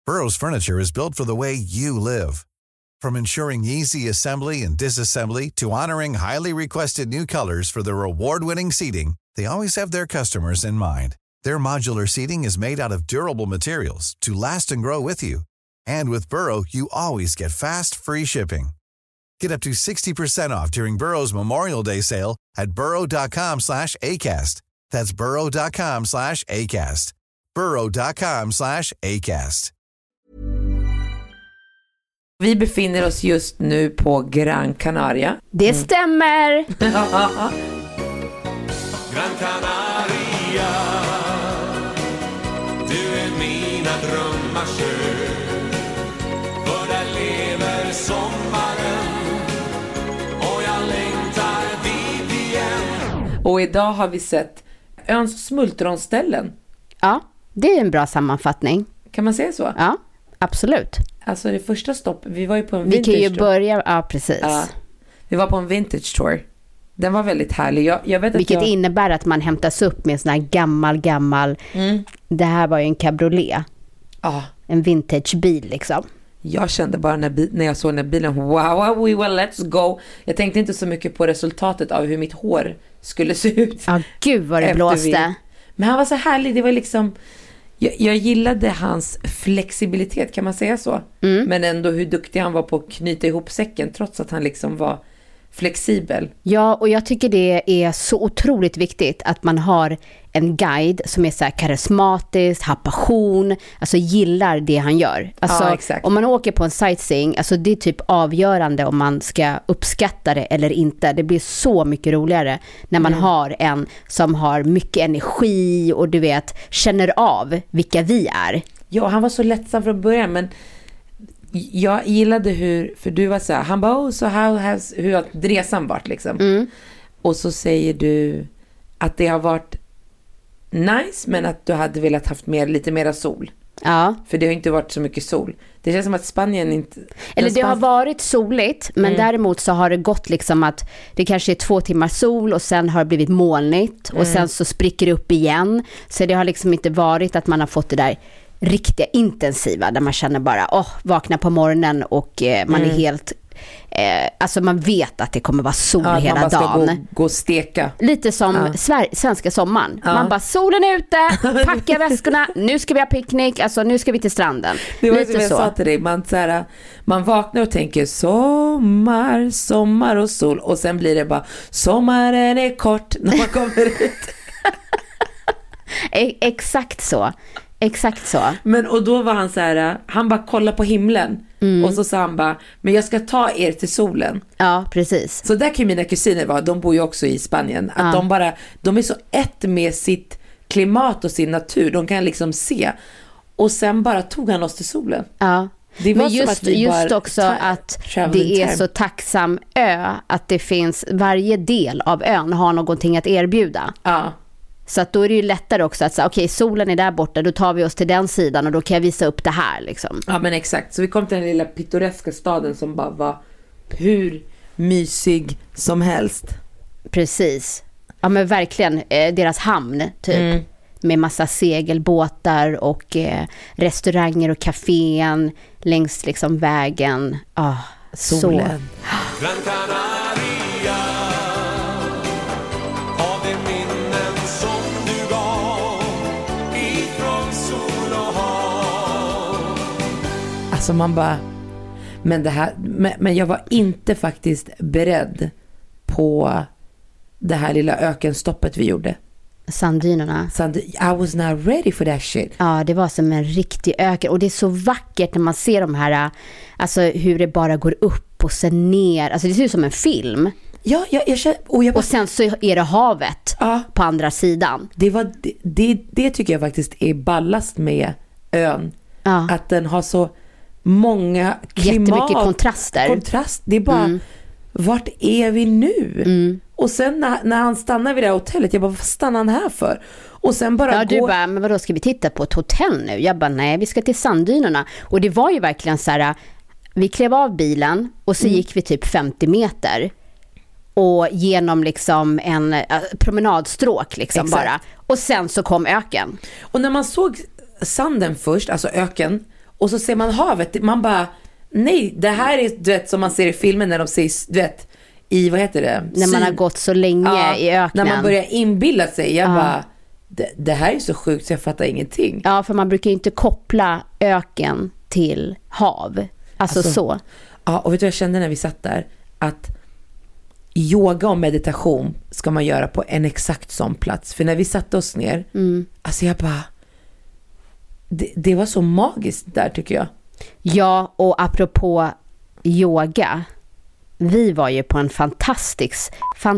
Burrow's furniture is built for the way you live. From ensuring easy assembly and disassembly to honoring highly requested new colors for their award-winning seating, they always have their customers in mind. Their modular seating is made out of durable materials to last and grow with you. And with Burrow, you always get fast, free shipping. Get up to 60% off during Burrow's Memorial Day sale at burrow.com/ACAST. That's burrow.com/ACAST. burrow.com/ACAST. Vi befinner oss just nu på Gran Canaria. Det stämmer. Gran Canaria, du är mina drömmars ö. För där lever sommaren och jag längtar dit igen. Och idag har vi sett öns smultronställen. Ja, det är en bra sammanfattning. Kan man säga så? Ja, absolut. Alltså det första stopp, vi var ju på en Vi vintage kan ju tour. börja, ja precis. Ja, vi var på en vintage tour. Den var väldigt härlig. Jag vet att Vilket innebär att man hämtas upp med en sån här gammal. Det här var ju en cabriolet. Ja. En vintagebil liksom. Jag kände bara när jag såg den här bilen, wow, we will let's go. Jag tänkte inte så mycket på resultatet av hur mitt hår skulle se ut. Ja, gud vad det blåste. Men han var så härlig, det var liksom... Jag gillade hans flexibilitet, kan man säga så? Men ändå hur duktig han var på att knyta ihop säcken trots att han liksom var flexibel. Ja, och jag tycker det är så otroligt viktigt att man har en guide som är så här karismatisk, har passion, alltså gillar det han gör. Alltså, Ja, exakt. om man åker på en sightseeing, alltså det är typ avgörande om man ska uppskatta det eller inte. Det blir så mycket roligare när man har en som har mycket energi och du vet, känner av vilka vi är. Ja, han var så lättsam från början, men jag gillade för du var så här, han bara, hur har resan varit liksom. Och så säger du att det har varit nice, men att du hade velat haft lite mera sol. Ja. För det har inte varit så mycket sol. Det känns som att Spanien inte... Eller det har varit soligt, men däremot så har det gått liksom att det kanske är 2 timmar sol och sen har det blivit molnigt och sen så spricker det upp igen. Så det har liksom inte varit att man har fått det där riktiga intensiva där man känner bara, vakna på morgonen och man är helt... alltså man vet att det kommer vara sol hela man dagen. Ska gå och steka. Lite som svenska sommaren. Man bara, solen är ute, packa väskorna, nu ska vi ha picknick, alltså nu ska vi till stranden. Det var lite som jag sa till dig, man vaknar och tänker sommar och sol, och sen blir det bara sommaren är kort när man kommer ut. Exakt så. Exakt så. Men och då var han så här, han bara kolla på himlen och så sa han bara, men jag ska ta er till solen. Ja, precis. Så där kan mina kusiner vara, de bor ju också i Spanien, att de är så ett med sitt klimat och sin natur, de kan liksom se. Och sen bara tog han oss till solen. Ja. Det var men som att vi just bara också att det är så tacksam ö, att det finns, varje del av ön har någonting att erbjuda. Ja. Så att då är det ju lättare också att säga, okej, solen är där borta, då tar vi oss till den sidan och då kan jag visa upp det här liksom. Ja, men exakt. Så vi kom till den lilla pittoreska staden som bara var hur mysig som helst. Precis. Ja, men verkligen deras hamn typ. Med massa segelbåtar och restauranger och kafén längs liksom vägen. Solen. Gran Canaria, av de minnen som du gav ifrån sol och hav. Alltså man bara, men jag var inte faktiskt beredd på det här lilla ökenstoppet vi gjorde. Sanddynerna. I was not ready for that shit. Ja, det var som en riktig öken. Och det är så vackert när man ser de här, alltså hur det bara går upp och sen ner. Alltså det ser ut som en film. Ja, jag känner, och sen så är det havet på andra sidan. Det tycker jag faktiskt är ballast med ön. Ja. Att den har så många jättemycket kontraster. Det är bara, vart är vi nu? Och sen när han stannar vid det här hotellet, jag bara, vad stannar han här för? Och sen bara du bara, men vadå, ska vi titta på ett hotell nu? Jag bara, nej, vi ska till Sanddynerna. Och det var ju verkligen så här, vi klev av bilen och så gick vi typ 50 meter och genom liksom en promenadstråk liksom. Exakt. Bara. Och sen så kom öken. Och när man såg sanden först, alltså öken, Och så ser man havet. Man bara, nej, det här är, du vet, som man ser i filmen när de ser, du vet, i, vad heter det? När man har gått så länge i öknen. När man börjar inbilla sig. Jag bara, det här är så sjukt så jag fattar ingenting. Ja, för man brukar ju inte koppla öken till hav. Alltså så. Ja, och vet du vad jag kände när vi satt där? Att yoga och meditation ska man göra på en exakt sån plats. För när vi satte oss ner, alltså jag bara, det var så magiskt där, tycker jag. Ja, och apropå yoga, vi var ju på en fantastisk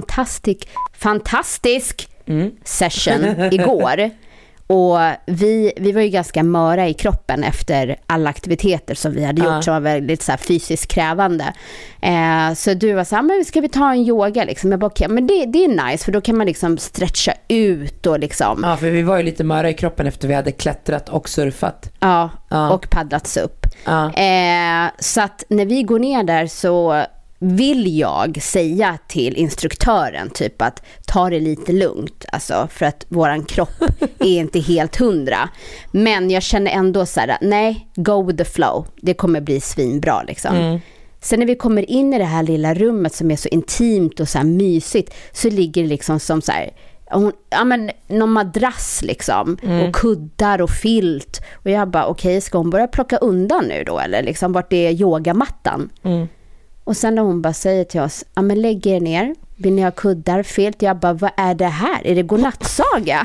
session igår. Och vi var ju ganska möra i kroppen efter alla aktiviteter som vi hade gjort som var väldigt så här fysiskt krävande. Så du var så här, men ska vi ta en yoga liksom? Jag bara, okej, men det är nice, för då kan man liksom stretcha ut och liksom. Ja, för vi var ju lite möra i kroppen efter vi hade klättrat och surfat. Ja. Och paddlats upp. Så att när vi går ner där så vill jag säga till instruktören typ att ta det lite lugnt, alltså, för att våran kropp är inte helt 100, men jag känner ändå så här, nej, go with the flow, det kommer bli svinbra liksom. Sen när vi kommer in i det här lilla rummet som är så intimt och så här mysigt, så ligger det liksom som så här, någon madrass liksom, och kuddar och filt, och jag bara, okej, ska hon börja plocka undan nu då, eller liksom, vart är yogamattan? Och sen när hon bara säger till oss, ja men lägg er ner, vill ni ha kuddar, filt? Jag bara, vad är det här? Är det godnattsaga?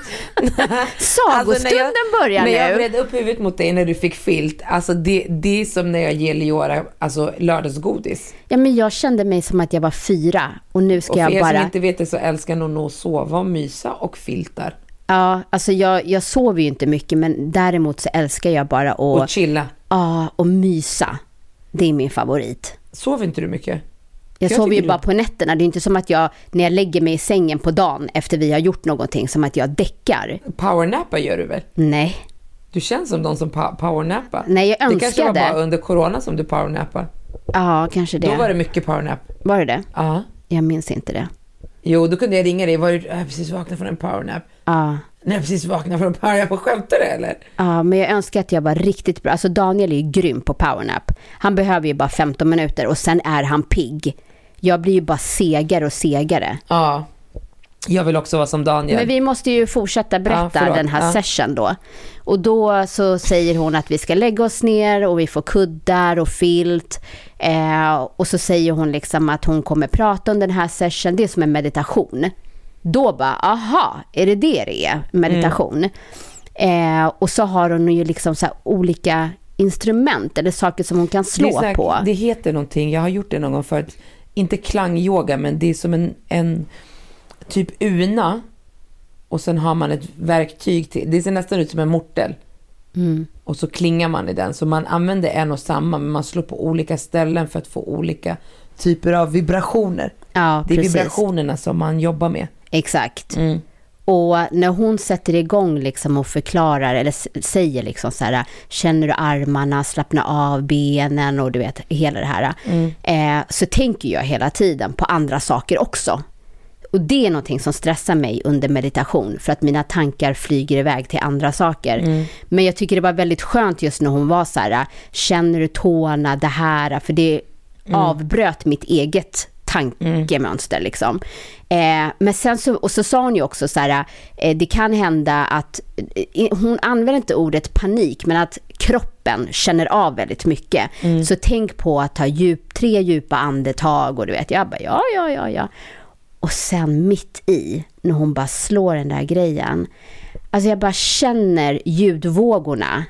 Sagostunden börjar nu. När jag vred upp huvudet mot dig när du fick filt, alltså det är som när jag ger Leora alltså lördagsgodis. Ja, men jag kände mig som att jag var 4 och nu ska och jag bara... Och för er som inte vet det så älskar hon att sova och mysa och filtar. Ja, alltså jag sover ju inte mycket, men däremot så älskar jag bara att... Och chilla. Ja, och mysa. Det är min favorit. Sover inte du mycket? Jag sover ju bara på nätterna. Det är inte som att jag, när jag lägger mig i sängen på dagen efter vi har gjort någonting, som att jag däckar. Powernappa gör du väl? Nej. Du känns som de som powernappar. Nej, jag önskade. Det kanske var bara under corona som du powernappar. Ja, kanske det. Då var det mycket powernap. Var det det? Ja. Jag minns inte det. Jo, då kunde jag ringa dig. Jag precis vaknat från en powernap. Ja. När jag precis vaknade från powernap, och skämtar det eller? Ja, men jag önskar att jag var riktigt bra. Alltså Daniel är ju grym på powernap. Han behöver ju bara 15 minuter och sen är han pigg. Jag blir ju bara segare och segare. Ja, jag vill också vara som Daniel. Men vi måste ju fortsätta berätta den här session då. Och då så säger hon att vi ska lägga oss ner och vi får kuddar och filt. Och så säger hon liksom att hon kommer prata om den här session. Det är som en meditation. Då bara, aha, är det är meditation? Och så har hon ju liksom så här olika instrument eller saker som hon kan slå det på. Det heter någonting, jag har gjort det någon gång förut. Inte klangyoga, men det är som en typ una. Och sen har man ett verktyg till. Det ser nästan ut som en mortel. Och så klingar man i den. Så man använder en och samma, men man slår på olika ställen för att få olika typer av vibrationer. Ja, det är precis vibrationerna som man jobbar med. Exakt. Och när hon sätter igång liksom och förklarar eller säger liksom så här, känner du armarna, slappna av benen och du vet hela det här. Så tänker jag hela tiden på andra saker också. Och det är någonting som stressar mig under meditation, för att mina tankar flyger iväg till andra saker. Men jag tycker det var väldigt skönt just när hon var så här, känner du tårna, det här, för det avbröt mitt eget tankemönster liksom. Men sen så sa hon ju också så här, det kan hända att hon använder inte ordet panik, men att kroppen känner av väldigt mycket. Så tänk på att ta 3 djupa andetag, och du vet, jag bara ja. Och sen mitt i, när hon bara slår den där grejen, alltså jag bara känner ljudvågorna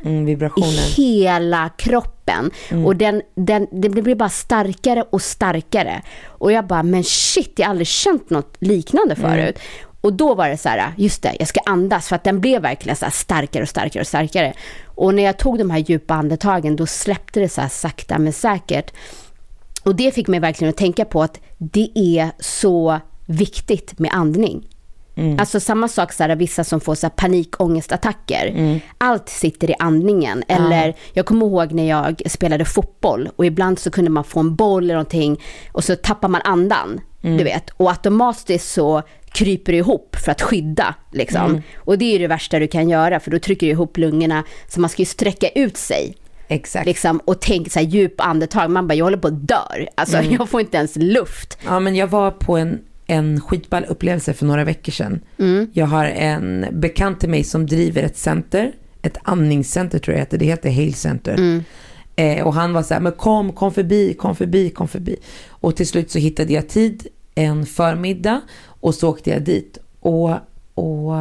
i hela kroppen. Och det blir bara starkare och starkare. Och jag bara, men shit, jag har aldrig känt något liknande förut. Och då var det så här, just det, jag ska andas, för att den blev verkligen så här starkare och starkare och starkare. Och när jag tog de här djupa andetagen, då släppte det så här sakta men säkert. Och det fick mig verkligen att tänka på att det är så viktigt med andning. Alltså samma sak så här, vissa som får så här panikångestattacker. Allt sitter i andningen. Eller jag kommer ihåg när jag spelade fotboll, och ibland så kunde man få en boll eller någonting, och så tappar man andan, du vet, och automatiskt så kryper det ihop för att skydda liksom. Och det är ju det värsta du kan göra, för då trycker du ihop lungorna, så man ska ju sträcka ut sig. Exakt. Liksom, och tänker så här djup andetag. Man bara, jag håller på att dör. Alltså jag får inte ens luft. Ja, men jag var på en skitball upplevelse för några veckor sedan. Jag har en bekant till mig som driver ett center, ett andningscenter tror jag det heter Hale Center. Och han var så här, men kom förbi. Och till slut så hittade jag tid en förmiddag och så åkte jag dit. Och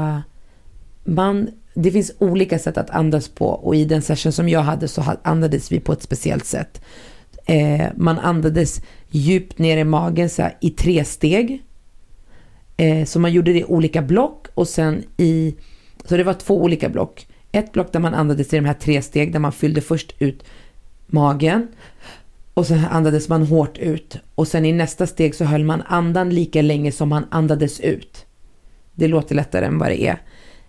det finns olika sätt att andas på, och i den session som jag hade så andades vi på ett speciellt sätt. Man andades djupt ner i magen så här, i 3 steg. Så man gjorde det i olika block, och sen så det var 2 olika block. Ett block där man andades i de här 3 steg, där man fyllde först ut magen och sen andades man hårt ut, och sen i nästa steg så höll man andan lika länge som man andades ut. Det låter lättare än vad det är.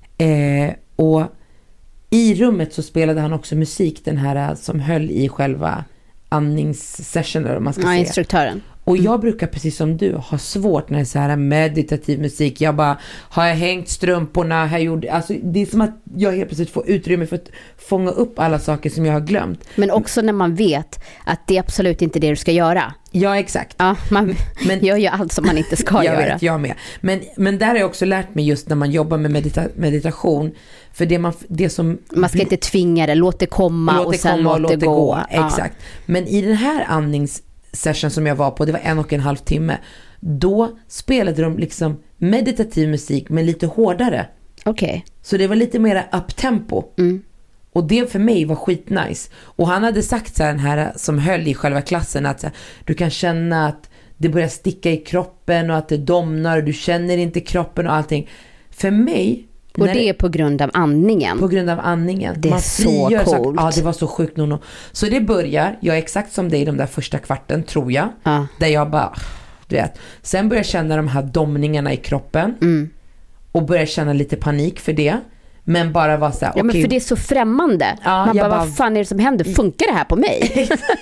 Och i rummet så spelade han också musik, den här som höll i själva andningssessionen, om man ska säga. Instruktören. Och jag brukar, precis som du, ha svårt när det är så här meditativ musik. Jag bara, har jag hängt strumporna? Alltså, det är som att jag helt plötsligt får utrymme för att fånga upp alla saker som jag har glömt. Men också när man vet att det är absolut inte det du ska göra. Ja, exakt. Ja, man gör ju allt som man inte ska göra. Vet, jag med. Men där har jag också lärt mig, just när man jobbar med meditation. För det som... Man ska inte tvinga det, låt det komma och sen låt det gå. Exakt. Men i den här andningssession som jag var på, det var 1,5 timme. Då spelade de liksom meditativ musik, men lite hårdare. Okej. Så det var lite mer uptempo. Och det för mig var skitnice. Och han hade sagt så här, den här som höll i själva klassen, att så här, du kan känna att det börjar sticka i kroppen och att det domnar och du känner inte kroppen och allting. För mig... Och det är på grund av andningen. På grund av andningen. Det är så coolt. Ja, det var så sjukt nog. Så det börjar, jag är exakt som dig de där första kvarten, tror jag. Där jag bara, du vet. Sen börjar jag känna de här domningarna i kroppen. Och börjar känna lite panik för det. Men bara var så här, ja, men för det är så främmande. Ja, man bara, vad fan är det som händer? Funkar det här på mig?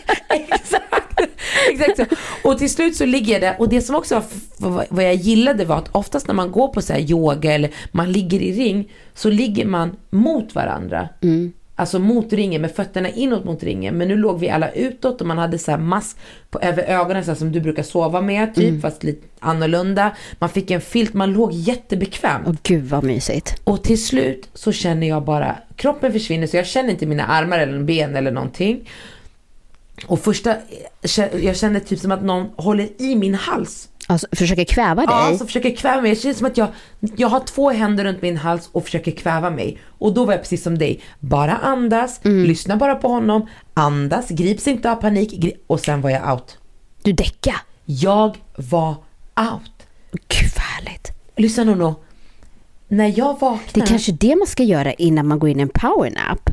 Exakt så. Och till slut så ligger jag där. Och det som också var, vad jag gillade var att oftast när man går på så här yoga eller man ligger i ring, så ligger man mot varandra. Alltså mot ringen, med fötterna inåt mot ringen. Men nu låg vi alla utåt och man hade så här mask över ögonen, så här som du brukar sova med typ, fast lite annorlunda. Man fick en filt, man låg jättebekvämt. Åh gud vad mysigt. Och till slut så känner jag bara, kroppen försvinner, så jag känner inte mina armar eller ben eller någonting. Och jag känner typ som att någon håller i min hals. Alltså försöker kväva dig? Ja, alltså försöker kväva mig. Det känns som att jag har 2 händer runt min hals och försöker kväva mig. Och då var jag precis som dig. Bara andas, lyssna bara på honom. Andas, grips inte av panik. Och sen var jag out. Du däckade? Jag var out. Gud vad härligt. Lyssna nu. När jag vaknar... Det är kanske det man ska göra innan man går in i en powernap.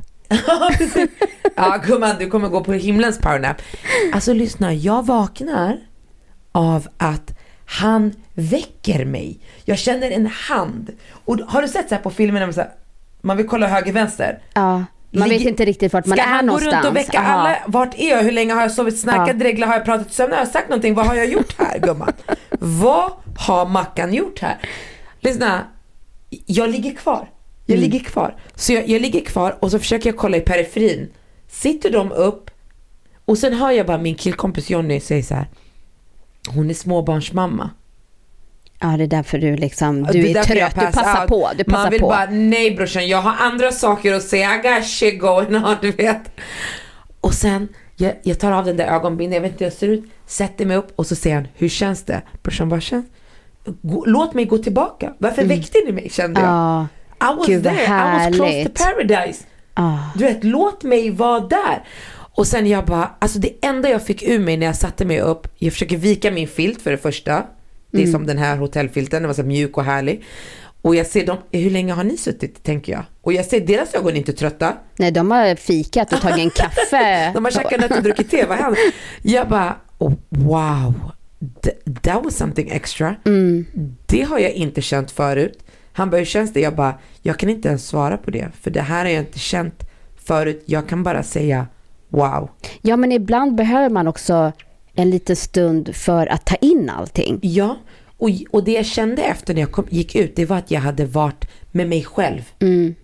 Ja, gumman, du kommer gå på himlens powernap. Alltså lyssna, jag vaknar av att han väcker mig. Jag känner en hand. Och har du sett så här på filmen när man vill kolla höger vänster? Ja. Man vet inte riktigt vart man är någonstans. Ska han gå runt och väcka alla? Vart är jag? Hur länge har jag sovit? Snackat, dreglat? Har jag pratat sömn? Har jag sagt någonting? Vad har jag gjort här, gumman? Vad har Mackan gjort här? Lyssna, jag ligger kvar. Jag ligger kvar. Så jag ligger kvar och så försöker jag kolla i periferin. Sitter de upp? Och sen hör jag bara min killkompis Jonny säga så här: hon är småbarnsmamma. Ja, det är därför du liksom, du är trött, du passar på. Du passar man vill på. Bara, nej brorsan, jag har andra saker att säga. I got shit going on, du vet. Och sen, jag tar av den där ögonbindeln, jag vet inte hur jag ser ut, sätter mig upp och så säger han, hur känns det? Brorsan, vad känns? Låt mig gå tillbaka. Varför väckte ni mig, kände jag. I was there, I was close to paradise. Du vet, låt mig vara där. Och sen jag bara, alltså det enda jag fick ur mig när jag satte mig upp, jag försöker vika min filt för det första. Det är som den här hotellfilten, den var så mjuk och härlig. Och jag ser dem, hur länge har ni suttit, tänker jag. Och jag ser deras ögon inte trötta. Nej, de har fikat och tagit en kaffe. De har käkat och druckit te, vad händer? Jag bara, oh, wow, that was something extra. Det har jag inte känt förut. Han bara, hur känns det? Jag bara, jag kan inte ens svara på det. För det här har jag inte känt förut. Jag kan bara säga, wow. Ja, men ibland behöver man också en liten stund för att ta in allting. Ja, och det jag kände efter när jag gick ut, det var att jag hade varit med mig själv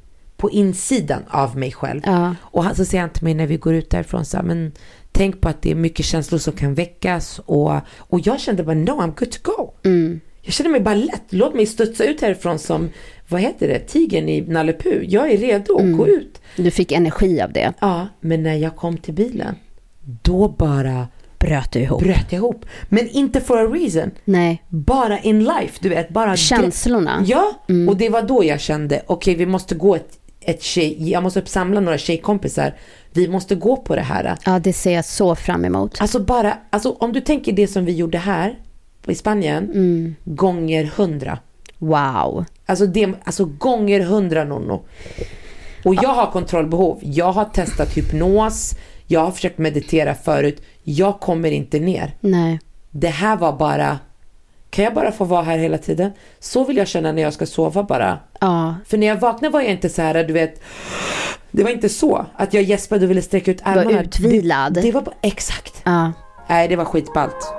på insidan av mig själv. Och så säger han till mig när vi går ut därifrån så här, men tänk på att det är mycket känslor som kan väckas, och jag kände bara, no, I'm good to go. Jag kände mig bara lätt, låt mig studsa ut härifrån som, vad heter det, tigern i Nalle Puh. Jag är redo att gå ut. Du fick energi av det. Ja, men när jag kom till bilen, då bara bröt jag ihop. Men inte for a reason. Nej. Bara in life, du vet. Bara känslorna. Ja, och det var då jag kände, okej, vi måste gå jag måste uppsamla några tjejkompisar. Vi måste gå på det här. Ja, det ser jag så fram emot. Alltså om du tänker det som vi gjorde här i Spanien, gånger 100. Wow. Alltså gånger 100, Nonno. Och jag har kontrollbehov. Jag har testat hypnos. Jag har försökt meditera förut. Jag kommer inte ner. Nej. Det här var bara, kan jag bara få vara här hela tiden? Så vill jag känna när jag ska sova bara. Ja. För när jag vaknade var jag inte så här, du vet, det var inte så att jag gäspade och ville sträcka ut armarna. Du var utvilad. Det var bara, exakt. Ja. Nej, det var skitballt.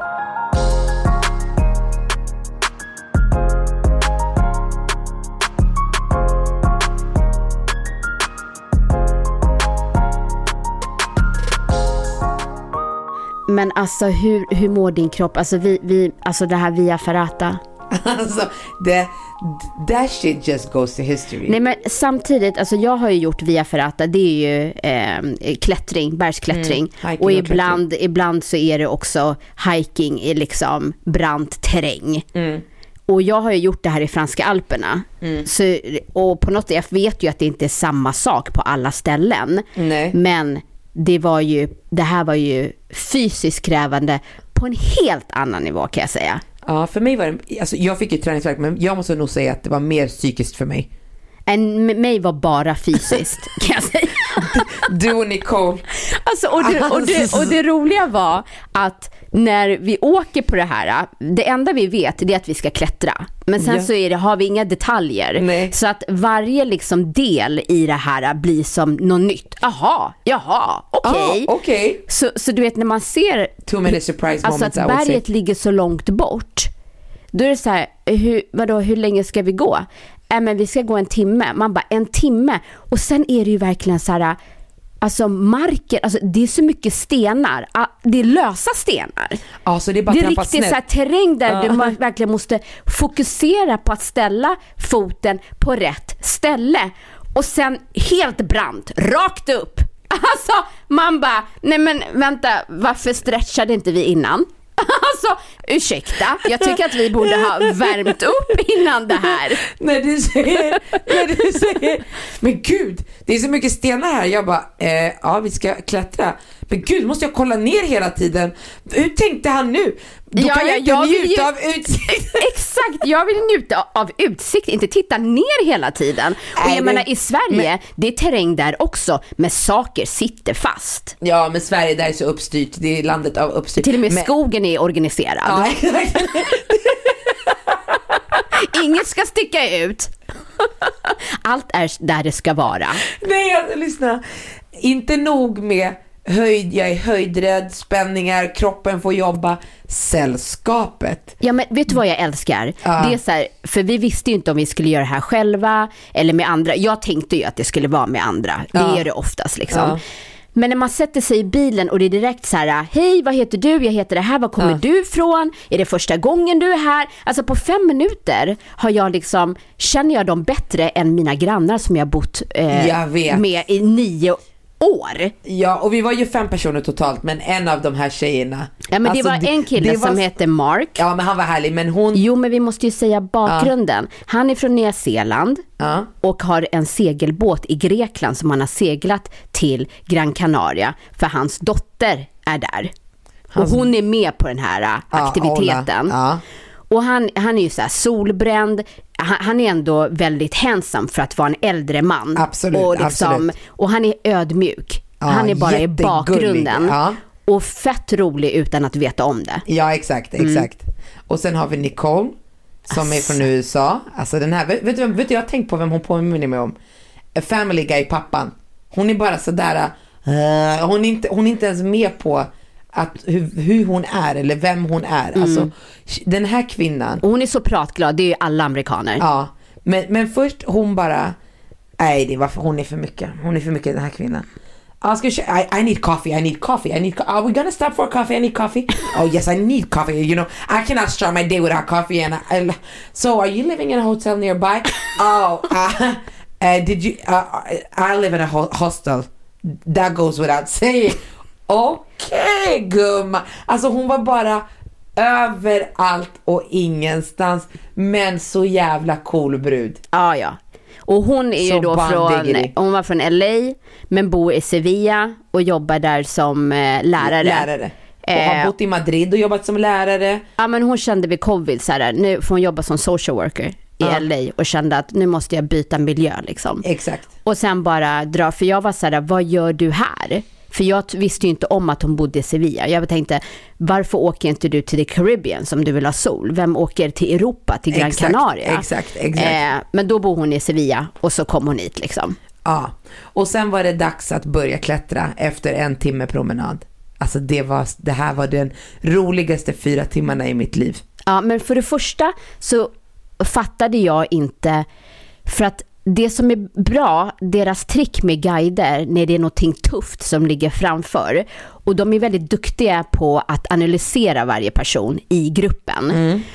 Men alltså hur mår din kropp? Alltså alltså det här via Ferrata. Alltså that shit just goes to history. Nej, men samtidigt, alltså jag har ju gjort via Ferrata. Det är ju klättring, bergsklättring. Och ibland så är det också hiking i liksom brant terräng. Och jag har ju gjort det här i franska Alperna. Så, och på något sätt, jag vet ju att det inte är samma sak på alla ställen. Nej. Men det här var ju fysiskt krävande på en helt annan nivå, kan jag säga. Ja, för mig var det, alltså jag fick ju träningsvärk, men jag måste nog säga att det var mer psykiskt för mig. Än mig var bara fysiskt, kan jag säga. Du och Nicole. Alltså, och det roliga var att när vi åker på det här, det enda vi vet är att vi ska klättra. Men sen så har vi inga detaljer. Nej. Så att varje liksom del i det här blir som något nytt. Jaha, okej. Okay. Så du vet, när man ser 2 minute surprise alltså moments, att berget ligger så långt bort, då är det så här, hur länge ska vi gå? Men vi ska gå 1 timme. Man bara, 1 timme. Och sen är det ju verkligen så här, alltså marken, alltså det är så mycket stenar. Det är lösa stenar. Alltså det är bara det är riktigt så här terräng där du verkligen måste fokusera på att ställa foten på rätt ställe. Och sen helt brant, rakt upp. Alltså man bara, nej men vänta, varför stretchade inte vi innan? Alltså, ursäkta, jag tycker att vi borde ha värmt upp innan det här. När du säger, men gud, det är så mycket stenar här. Jag bara, ja, vi ska klättra. Men gud, måste jag kolla ner hela tiden? Hur tänkte han nu? Då kan jag inte njuta av utsikt. Exakt, jag vill njuta av utsikt, inte titta ner hela tiden. Och jag menar, i Sverige, det är terräng där också, men saker sitter fast. Ja, men Sverige där är så uppstyrt. Det är landet av uppstyrt. Till och med skogen är organiserad. Ja, exakt. Inget ska sticka ut. Allt är där det ska vara. Nej, alltså, lyssna. Inte nog med jag är höjdrädd, spänningar, kroppen får jobba, sällskapet. Ja, men vet du vad jag älskar? Det är så här, för vi visste ju inte om vi skulle göra det här själva eller med andra. Jag tänkte ju att det skulle vara med andra. Det är det oftast liksom. Men när man sätter sig i bilen och det är direkt så här, hej, vad heter du? Jag heter det här, var kommer du ifrån? Är det första gången du är här? Alltså på 5 minuter har jag liksom, känner jag dem bättre än mina grannar som jag bott med i 9 år. Ja, och vi var ju 5 personer totalt, men en av de här tjejerna. Ja, men alltså, det var en kille som hette Mark. Ja, men han var härlig, men hon... Jo, men vi måste ju säga bakgrunden. Han är från Nya Zeeland och har en segelbåt i Grekland som han har seglat till Gran Canaria, för hans dotter är där. Och hon är med på den här aktiviteten. Och han är ju så här solbränd. Han är ändå väldigt handsome för att vara en äldre man. Absolut, och, liksom, absolut. Och han är ödmjuk. Han är bara i bakgrunden. Och fett rolig utan att veta om det. Ja, exakt. Och sen har vi Nicole som är från USA. Alltså den här, vet du, jag har tänkt på vem hon påminner mig om. Family Guy, pappan. Hon är bara sådär, hon är inte ens med på att hur hon är eller vem hon är. Alltså den här kvinnan. Och hon är så pratglad, det är ju alla amerikaner. Ja, men först hon bara Nej, det var hon är för mycket. Hon är för mycket, den här kvinnan. I need coffee. Are we gonna stop for coffee? I need coffee. Oh yes, I need coffee. You know, I cannot start my day without coffee. And so, are you living in a hotel nearby? Did you? I live in a hostel. That goes without saying. Okej, gumma. Alltså hon var bara överallt och ingenstans. Men så jävla cool brud. Ja. Och hon är ju då hon var från LA men bor i Sevilla och jobbar där som lärare. Och har bott i Madrid och jobbat som lärare. Ja, men hon kände vid covid så här, nu får hon jobba som social worker i LA och kände att nu måste jag byta miljö liksom. Exakt. Och sen bara dra, för jag var så här, vad gör du här? För jag visste ju inte om att hon bodde i Sevilla. Jag tänkte, varför åker inte du till the Caribbean som du vill ha sol? Vem åker till Europa, till Gran Canaria? Exakt. Men då bor hon i Sevilla och så kom hon hit liksom. Ja, och sen var det dags att börja klättra efter 1 timme promenad. Alltså det här var den roligaste 4 timmarna i mitt liv. Ja, men för det första så fattade jag inte, för att det som är bra, deras trick med guider när det är någonting tufft som ligger framför, och de är väldigt duktiga på att analysera varje person i gruppen.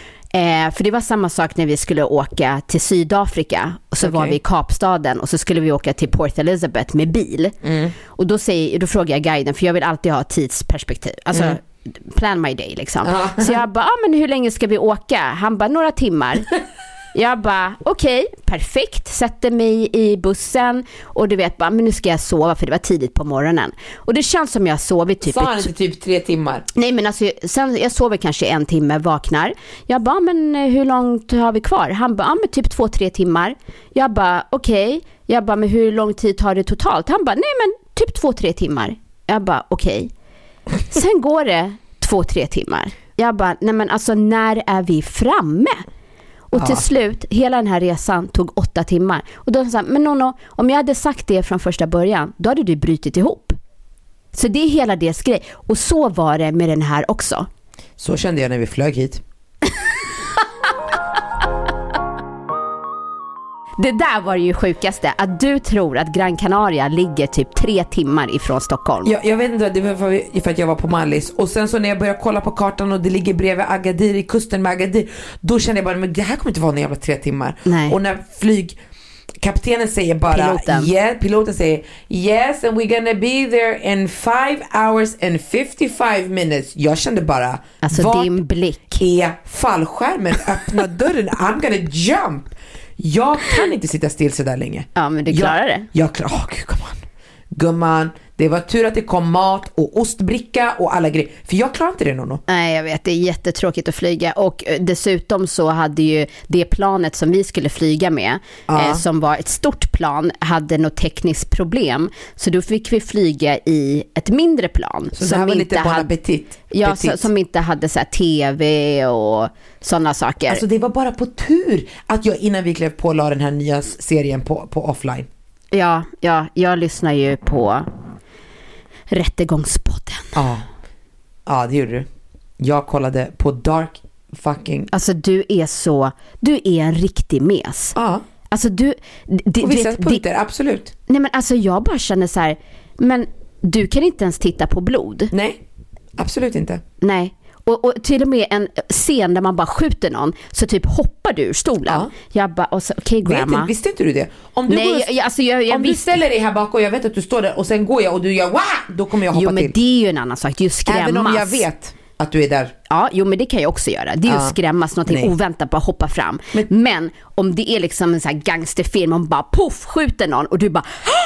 För det var samma sak när vi skulle åka till Sydafrika och så var vi i Kapstaden och så skulle vi åka till Port Elizabeth med bil. Och då frågar jag guiden, för jag vill alltid ha tidsperspektiv. Alltså plan my day liksom. Så jag bara, men hur länge ska vi åka? Han bara, några timmar. Jag bara, okej, perfekt. Sätter mig i bussen och du vet bara, men nu ska jag sova för det var tidigt på morgonen. Och det känns som jag sover typ... Sa han inte typ 3 timmar? Nej, men alltså, sen jag sover kanske 1 timme, vaknar. Jag bara, men hur långt har vi kvar? Han bara, men typ 2-3 timmar. Jag bara, okej. Jag bara, men hur lång tid tar det totalt? Han bara, nej men typ 2-3 timmar. Jag bara, okej. Sen går det 2-3 timmar. Jag bara, nej men alltså när är vi framme? Och till slut, hela den här resan tog 8 timmar. Och då sa jag, men Nono, om jag hade sagt det från första början, då hade du brutit ihop. Så det är hela deras grej. Och så var det med den här också. Så kände jag när vi flög hit. Det där var ju sjukaste, att du tror att Gran Canaria ligger typ 3 timmar ifrån Stockholm. Jag vet inte, det var för att jag var på Mallis. Och sen så när jag började kolla på kartan och det ligger bredvid Agadir, i kusten med Agadir, då kände jag bara, men det här kommer inte vara en jävla 3 timmar. Nej. Och när kaptenen säger bara, piloten säger, yes, and we're gonna be there in 5 hours and 55 minutes. Jag kände bara, alltså din blick är fallskärmen, öppna dörren, I'm gonna jump. Jag kan inte sitta still så där länge. Ja, men du klarar det. Jag klarar, gumman. Det var tur att det kom mat och ostbricka och alla grejer. För jag klarar inte det, Nono. Nej, jag vet. Det är jättetråkigt att flyga. Och dessutom så hade ju det planet som vi skulle flyga med, som var ett stort plan, hade något tekniskt problem. Så då fick vi flyga i ett mindre plan. Så det här var lite Bon Appetit. Ja, som inte hade så här tv och sådana saker. Alltså det var bara på tur att jag innan vi klev på la den här nya serien på offline. Ja, jag lyssnar ju på Rättegångspodden. Ja, det gjorde du. Jag kollade på Dark fucking... Alltså du är en riktig mes. Ja. Alltså du... På vissa punkter, absolut. Nej, men alltså jag bara känner så här, men du kan inte ens titta på blod. Nej, absolut inte. Nej. Och till och med en scen där man bara skjuter någon, så typ hoppar du ur stolen. Ja. Jag bara, okej, grandma. Visste inte du det? Om du du ställer dig här bak och jag vet att du står där och sen går jag och du gör wow, då kommer jag hoppa till. Jo, men det är ju en annan sak, det är ju skrämmas. Även om jag vet att du är där. Ja, jo, men det kan jag också göra. Det är ju skrämmas, någonting oväntat, bara hoppa fram. Men om det är liksom en sån här gangsterfilm, om bara puff, skjuter någon och du bara...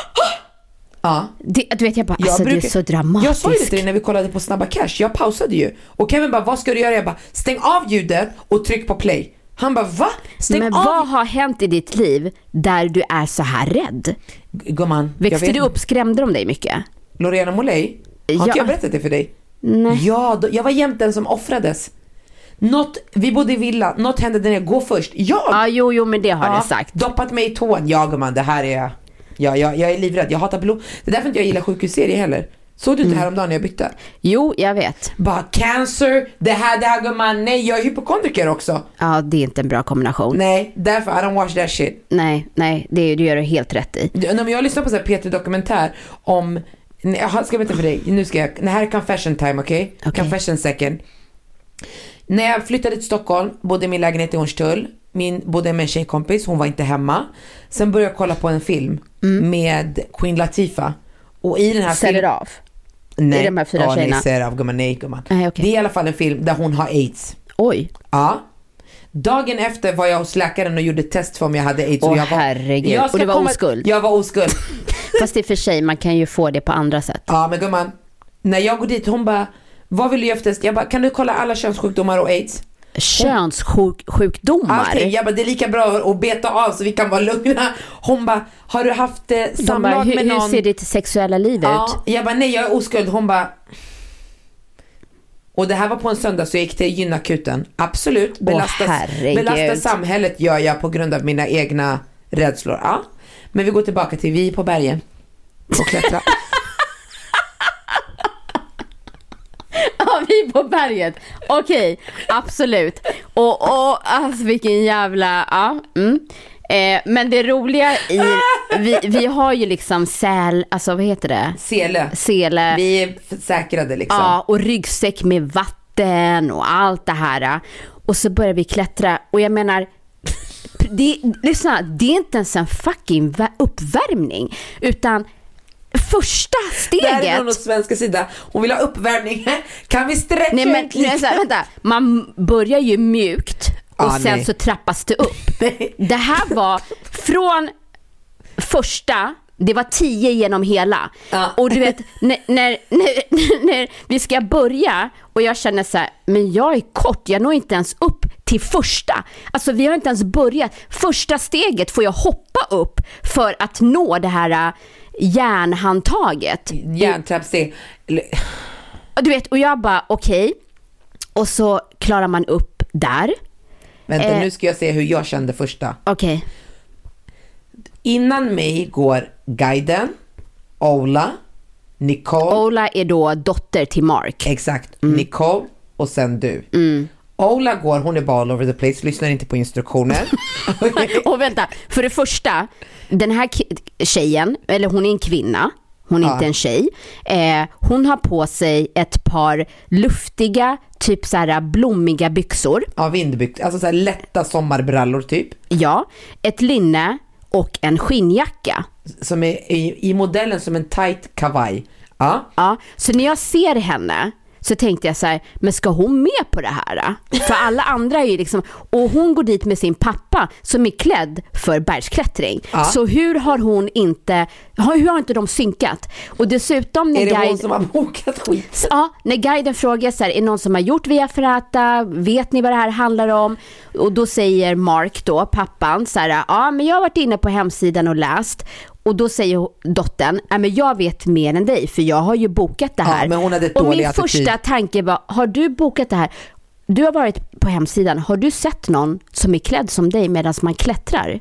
Ja. Du vet, jag bara, alltså det är så dramatiskt. Jag sa ju det till dig när vi kollade på Snabba Cash. Jag pausade ju. Och Kevin bara, vad ska du göra? Jag bara, stäng av ljudet och tryck på play. Han bara, va? Men vad har hänt i ditt liv där du är så här rädd? Gumman, växte du upp, skrämde de dig mycket? Lorena Molay, har inte jag berättat det för dig? Nej. Ja, jag var jämt den som offrades. Vi bodde i villa, något hände där jag går först. Jo, men det har du sagt. Doppat mig i tån. Ja, gumman, det här är... Jag är livrädd, jag hatar blod. Det är därför inte jag gillar sjukhusserier heller. Såg du inte häromdagen när jag bytte? Jo, jag vet. Bara cancer, det här gumman. Nej, jag är hypokondriker också. Ja, det är inte en bra kombination. Nej, därför I don't watch that shit. Nej, det gör du helt rätt i. Jag lyssnar på så här P3-dokumentär om... Jag ska berätta för dig. Nu ska jag... Det här är confession time, okej? Confession second. När jag flyttade till Stockholm, bodde i min lägenhet i Hornstull. Bodde med en tjejkompis, hon var inte hemma. Sen började jag kolla på en film med Queen Latifah. Och i den här Säljer av? Nej, i de här 4 tjejerna? Nej, säljer av, gumman. Nej, gumman. Okay. Det är i alla fall en film där hon har AIDS. Oj. Ja. Dagen efter var jag hos läkaren och gjorde test för om jag hade AIDS. Herregud. Och du var oskuld? Jag var oskuld. Fast i och för sig, man kan ju få det på andra sätt. Ja, men gumman, när jag går dit, hon bara, vad vill du göra för test? Jag bara, kan du kolla alla könssjukdomar och AIDS? Könssjukdomar? Allting. Jag bara, det är lika bra att beta av så vi kan vara lugna. Hon bara, har du haft samlag med någon? Hur ser ditt sexuella liv ut? Jag bara, nej, jag är oskuld. Hon bara... Och det här var på en söndag så jag gick till gynakuten. Absolut. Belasta samhället gör jag på grund av mina egna rädslor. Ja. Men vi går tillbaka till vi på bergen och klättra. Ja, vi på berget. Okej, absolut. Och alltså vilken jävla... Ja, men det roliga i... Vi har ju liksom alltså vad heter det? Sele. Vi är säkrade liksom. Ja, och ryggsäck med vatten och allt det här. Och så börjar vi klättra. Och jag menar... Det är inte ens en fucking uppvärmning. Utan... Första steget. Det här är från svenska sida. Hon vill ha uppvärmning. Kan vi stretcha? Nej, men vänta. Man börjar ju mjukt och sen så trappas det upp. Det här var från första, det var 10 genom hela. Och du vet, när vi ska börja och jag känner så här, men jag är kort, jag når inte ens upp till första. Alltså vi har inte ens börjat. Första steget får jag hoppa upp för att nå det här järnhandtaget. Järntrappsteg. Du vet, och jag bara okej. Och så klarar man upp där. Vänta, nu ska jag se hur jag kände första. Okej. Innan mig går guiden, Ola, Nicole. Ola är då dotter till Mark. Exakt, Nicole och sen du. Ola går, hon är bara all over the place, lyssnar inte på instruktioner. Och vänta, för det första, den här tjejen, eller hon är en kvinna, hon är inte en tjej. Hon har på sig ett par luftiga, typ så här blommiga byxor. Ja, vindbyxor, alltså så här lätta sommarbrallor typ. Ja, ett linne och en skinnjacka. Som är i modellen som en tight kavaj. Ja, så när jag ser henne så tänkte jag så här, men ska hon med på det här? För alla andra är ju liksom, och hon går dit med sin pappa som är klädd för bergsklättring. Så hur har inte de synkat? Och dessutom är det hon som har bokat skit? Ja, när guiden frågar så här, är någon som har gjort Via Ferrata? Vet ni vad det här handlar om? Och då säger Mark då, pappan, så här, ja men jag har varit inne på hemsidan och läst. Och då säger dottern, men jag vet mer än dig för jag har ju bokat det här. Ja, men hon hade och min attityd. Första tanke var, har du bokat det här? Du har varit på hemsidan. Har du sett någon som är klädd som dig medan man klättrar?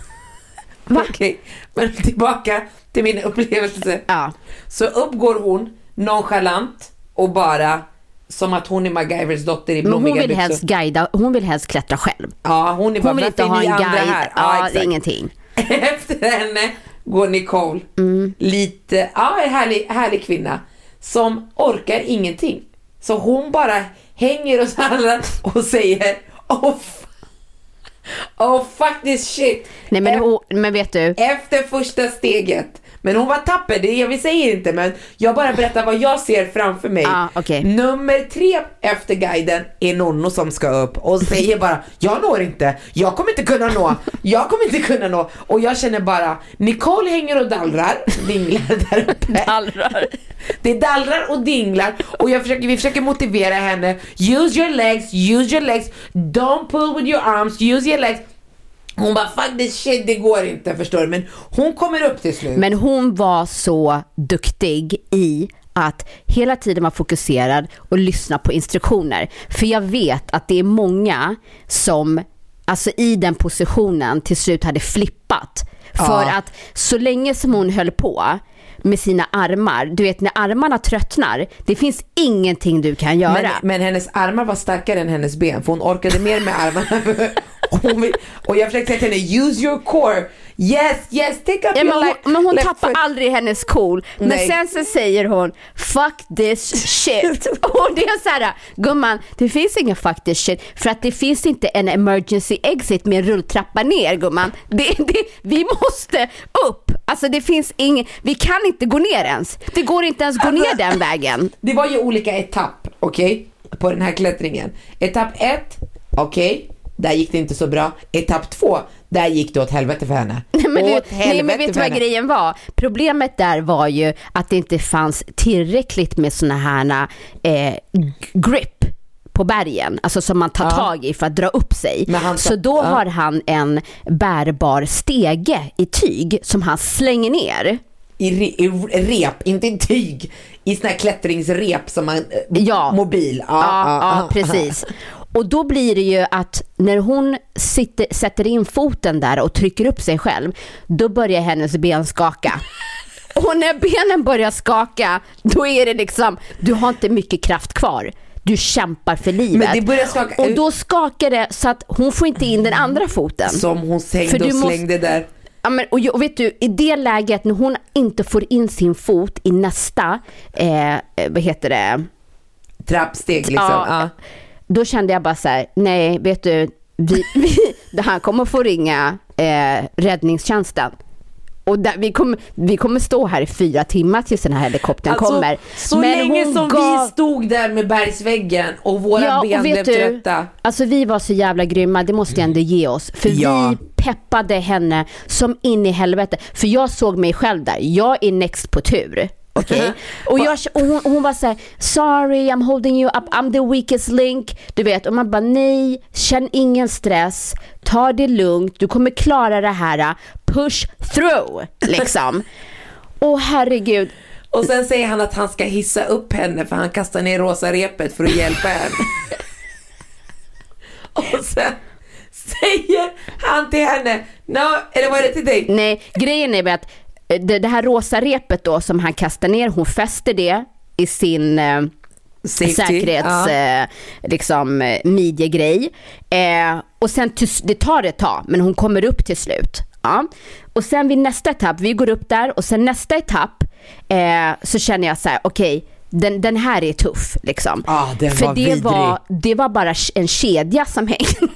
Okej, men tillbaka till min upplevelse. Ja. Så uppgår hon nonchalant och bara som att hon är MacGyvers dotter i blommiga byxor. Hon vill helst guida, hon vill helst klättra själv. Ja, hon är bara, hon vill inte ha en guide. Här? Ja, det är ingenting. Efter henne går Nicole. Lite, en härlig kvinna som orkar ingenting. Så hon bara hänger och sallrar och säger fuck this shit. Nej, men vet du, efter första steget. Men hon var tapper, vi säger inte, men jag bara berättar vad jag ser framför mig. Okay. Nummer 3 efter guiden är Nonno som ska upp och säger bara, jag når inte, jag kommer inte kunna nå. Och jag känner bara, Nicole hänger och dinglar där uppe. Det dallrar och dinglar. Och vi försöker motivera henne. Use your legs, don't pull with your arms, use your legs. Hon bara, fuck this shit, det går inte, förstår du. Men hon kommer upp till slut. Men hon var så duktig i att hela tiden vara fokuserad och lyssna på instruktioner. För jag vet att det är många som alltså i den positionen till slut hade flippat. För att så länge som hon höll på med sina armar. Du vet, när armarna tröttnar, det finns ingenting du kan göra. Men hennes armar var starkare än hennes ben, för hon orkade mer med armarna. Och jag försökte säga till henne, use your core. Yes, take up your life. Men hon tappar aldrig hennes cool. Men sen så säger hon, fuck this shit. Och det är så här, gumman, det finns ingen fuck this shit. För att det finns inte en emergency exit med en rulltrappa ner, gumman. Vi måste upp. Alltså det finns ingen, vi kan inte gå ner ens. Det går inte ens gå ner den vägen. Det var ju olika etapp, okej? På den här klättringen. Etapp 1, okej. Där gick det inte så bra. Etapp 2, där gick det åt helvete för henne. Men vet du vad grejen var? Problemet där var ju att det inte fanns tillräckligt med såna här grip på bergen, alltså som man tar tag i för att dra upp sig. Så då har han en bärbar stege i tyg som han slänger ner. I rep, inte i tyg. I såna här klättringsrep som man... mobil. Ja, precis. Och då blir det ju att när hon sätter in foten där och trycker upp sig själv, då börjar hennes ben skaka. Och när benen börjar skaka, då är det liksom, du har inte mycket kraft kvar. Du kämpar för livet. Men det börjar skaka. Och då skakar det så att hon får inte in den andra foten. Som hon slängde där. Ja, men, och vet du, i det läget när hon inte får in sin fot i nästa trappsteg liksom. Då kände jag bara så här, nej, vet du, det här kommer få ringa räddningstjänsten. Och vi kommer stå här i 4 timmar tills den här helikoptern kommer. Så men länge som vi stod där med bergsväggen och våra ben blev trötta. Alltså vi var så jävla grymma, det måste jag ändå ge oss. För vi peppade henne som in i helvete. För jag såg mig själv där, jag är next på tur. Okay. Och hon var så här, sorry, I'm holding you up, I'm the weakest link. Du vet, och man bara, nej, känn ingen stress, ta det lugnt, du kommer klara det här, push through liksom. Åh herregud. Och sen säger han att han ska hissa upp henne, för han kastar ner rosa repet för att hjälpa henne. Och sen säger han till henne, eller var det till dig? Nej, grejen är att det här rosa repet då som han kastar ner, hon fäster det i sin säkerhets liksom midjegrej. Och sen det tar ett tag, men hon kommer upp till slut. Ja. Och sen vid nästa etapp, vi går upp där, och sen nästa etapp så känner jag så här, okej, den här är tuff liksom. För det var bara en kedja som hängde.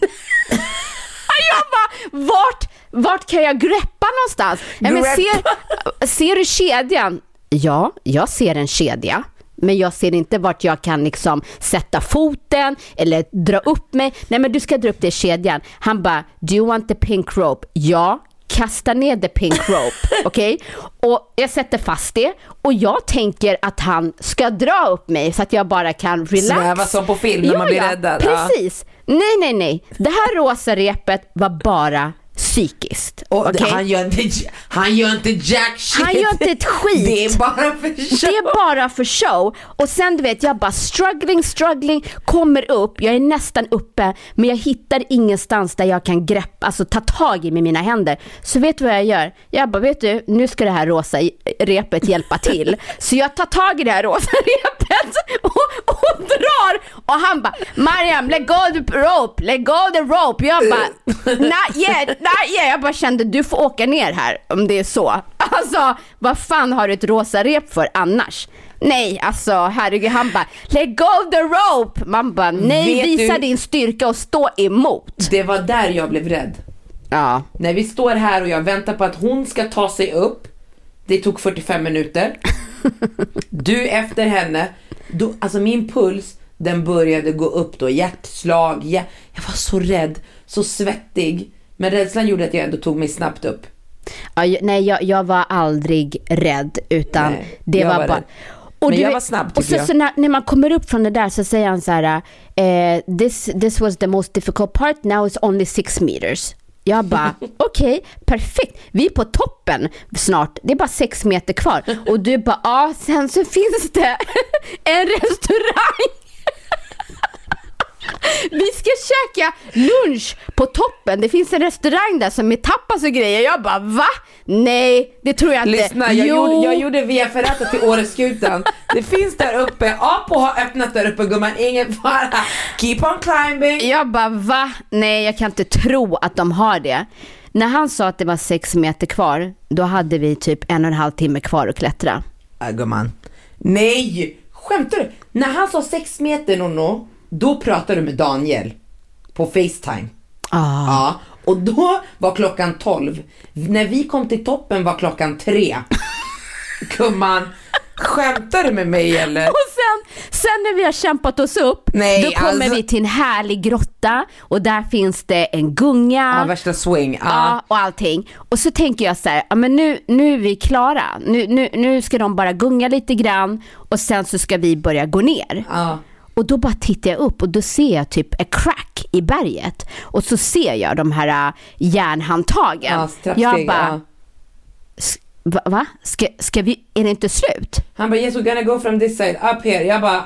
Jag bara, vart kan jag greppa någonstans? Men ser du kedjan? Ja, jag ser en kedja. Men jag ser inte vart jag kan liksom sätta foten eller dra upp mig. Nej, men du ska dra upp det i kedjan. Han bara, do you want the pink rope? Ja, kasta ner the pink rope. Okej? Och jag sätter fast det. Och jag tänker att han ska dra upp mig så att jag bara kan relax. Sväva som på film när man blir räddad. Precis. Nej. Det här rosa repet var bara psykiskt. Och han gör inte jack shit. Han gör inte ett skit. Det är bara för show. Det är bara för show. Och sen du vet, jag bara struggling, kommer upp. Jag är nästan uppe, men jag hittar ingenstans där jag kan greppa, alltså ta tag i med mina händer. Så vet du vad jag gör? Jag bara, vet du, nu ska det här rosa repet hjälpa till. Så jag tar tag i det här rosa repet och drar. Och han bara, Mariam, let go the rope. Jag bara, not yet. Jag bara kände, du får åka ner här om det är så. Alltså, vad fan har du ett rosa rep för annars? Nej, alltså, herregud, han bara, let go the rope. Man bara, nej, visa din styrka och stå emot. Det var där jag blev rädd. Ja. När vi står här och jag väntar på att hon ska ta sig upp. Det tog 45 minuter. Du efter henne. Alltså min puls, den började gå upp då. Hjärtslag. Jag var så rädd, så svettig. Men rädslan gjorde att jag ändå tog mig snabbt upp. Ja, nej, jag var aldrig rädd, utan det var bara... Och men jag var snabb, och så när man kommer upp från det där så säger han så här, this was the most difficult part, now it's only 6 meters. Jag bara, okej, perfekt. Vi är på toppen snart. Det är bara 6 meter kvar. Och du bara, sen så finns det en restaurang. Vi ska käka lunch på toppen, det finns en restaurang där som är tapas och grejer. Jag bara, va? Nej, det tror jag inte. Lyssna, jag gjorde via Ferrata till Åreskutan. Det finns där uppe. Apo har öppnat där uppe, gumman. Ingen fara. Keep on climbing. Jag bara, va? Nej, jag kan inte tro att de har det. När han sa att det var 6 meter kvar, då hade vi typ 1,5 timme kvar att klättra. Gumman. Nej, skämtar du? När han sa 6 meter, Nono, då pratade du med Daniel på FaceTime. Ja, och då var klockan 12. När vi kom till toppen var klockan 3. Gumman, skämtar du med mig eller? Och sen när vi har kämpat oss upp, då kommer vi till en härlig grotta och där finns det en gunga. Ja, värsta swing. Ja, och allting. Och så tänker jag så här, ja, men nu är vi klara. Nu ska de bara gunga lite grann och sen så ska vi börja gå ner. Ja. Och då bara tittar jag upp och då ser jag typ ett crack i berget. Och så ser jag de här järnhandtagen. Ja, jag bara, va? Ska vi, är det inte slut? Han bara, yes, we're gonna go from this side up here. Jag bara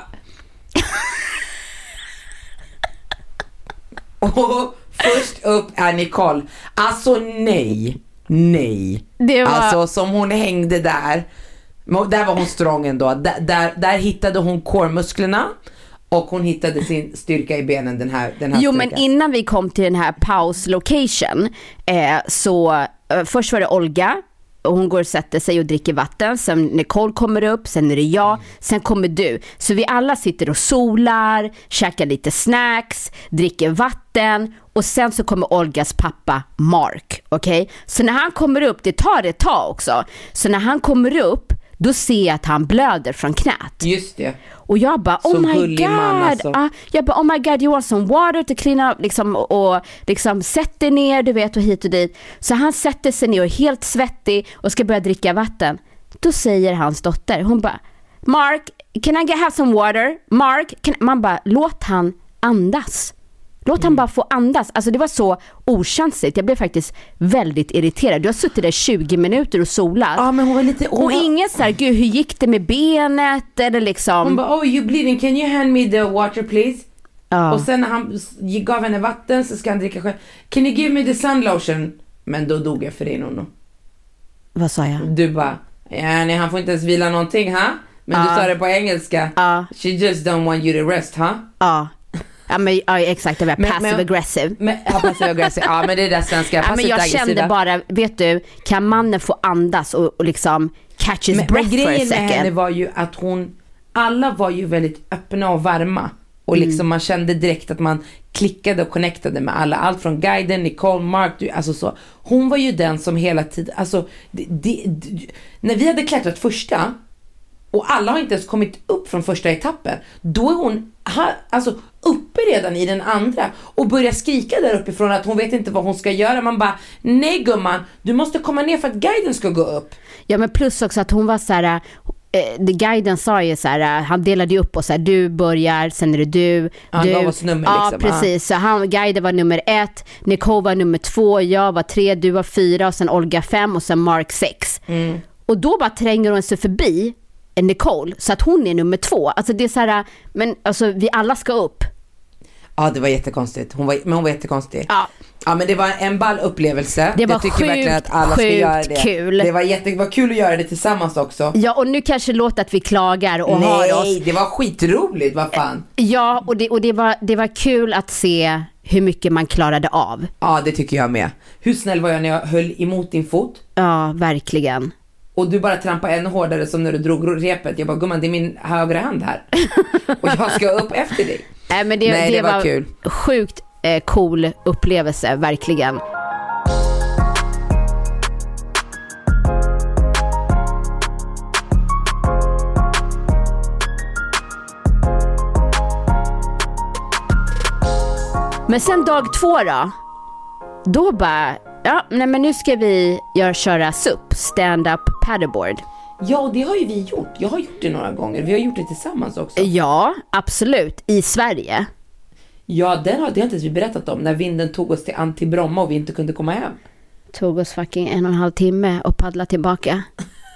och först upp är Nicole. Alltså nej. Det var... Alltså som hon hängde där. Där var hon strong ändå. Där hittade hon core-musklerna. Och hon hittade sin styrka i benen, den här Jo, styrkan. men innan vi kom till den här pause location så först var det Olga. Och hon går och sätter sig och dricker vatten. Sen Nicole kommer upp, sen är det jag, sen kommer du. Så vi alla sitter och solar, käkar lite snacks, dricker vatten. Och sen så kommer Olgas pappa Mark, okej? Så när han kommer upp, det tar ett tag också. Så när han kommer upp, då ser jag att han blöder från knät. Just det. Och jag bara, oh my god. Alltså. Jag bara, oh my god, you want some water to clean up liksom, och liksom sätter ner, du vet, och hit och dit. Så han sätter sig ner och är helt svettig och ska börja dricka vatten. Då säger hans dotter, hon bara, Mark, can I have some water? Mark, man bara, låt han andas. Låt han bara få andas. Alltså det var så okänsligt. Jag blev faktiskt väldigt irriterad. Du har suttit där 20 minuter och solat. Ja, men hon var lite... Och ingen så här, gud, hur gick det med benet? Eller liksom... Hon bara, oh, you bleeding, can you hand me the water please? Ja. Och sen när han gav henne vatten så ska han dricka själv. Can you give me the sun lotion? Men då dog jag för dig, Nono. Vad sa jag? Du bara, ja, nej, han får inte ens vila någonting, ha? Men du sa det på engelska. She just don't want you to rest, ha? Ja. Ja, men, ja, exakt, det var passive aggressive. Passive aggressive. Ja, men det är det svenska. Ja, men jag kände bara, vet du, kan mannen få andas och liksom catch his breath for a grejen second? med henne var ju att alla var ju väldigt öppna och varma. Och liksom man kände direkt att man klickade och connectade med alla. Allt från guiden, Nicole, Mark, alltså så. Hon var ju den som hela tiden, alltså när vi hade klättrat första och alla har inte ens kommit upp från första etappen, då är hon alltså uppe redan i den andra och börjar skrika där uppifrån att hon vet inte vad hon ska göra. Man bara, nej gumman, du måste komma ner för att guiden ska gå upp. Ja, men plus också att hon var så här, guiden sa ju så här, han delade ju upp och så här, du börjar, sen är det du. Han gav oss nummer liksom. Ja, precis. Så guiden var nummer 1, Nicole var nummer 2, jag var 3, du var 4 och sen Olga 5 och sen Mark 6. Och då bara tränger hon sig förbi Nicole så att hon är nummer 2. Alltså det är så här, men alltså vi alla ska upp. Ja, det var jättekonstigt. Hon var jättekonstig. Ja, men det var en ball upplevelse. Det var jag tycker sjukt, verkligen att alla ska göra det. Kul. Det var kul att göra det tillsammans också. Ja, och nu kanske det låter att vi klagar och nej, har oss. Nej, det var skitroligt, vad fan. Ja, och det var kul att se hur mycket man klarade av. Ja, det tycker jag med. Hur snäll var jag när jag höll emot din fot? Ja, verkligen. Och du bara trampade ännu hårdare som när du drog repet. Jag bara, gumman, det är min högra hand här. Och jag ska upp efter dig. Nej, men det var kul. Sjukt cool upplevelse, verkligen. Men sen dag 2 då bara, ja, nej, men nu ska vi köra SUP, stand-up paddleboard. Ja, det har ju vi gjort. Jag har gjort det några gånger. Vi har gjort det tillsammans också. Ja, absolut. I Sverige. Ja, det har inte ens vi berättat om. När vinden tog oss till Bromma och vi inte kunde komma hem. Tog oss fucking 1,5 timme och paddla tillbaka.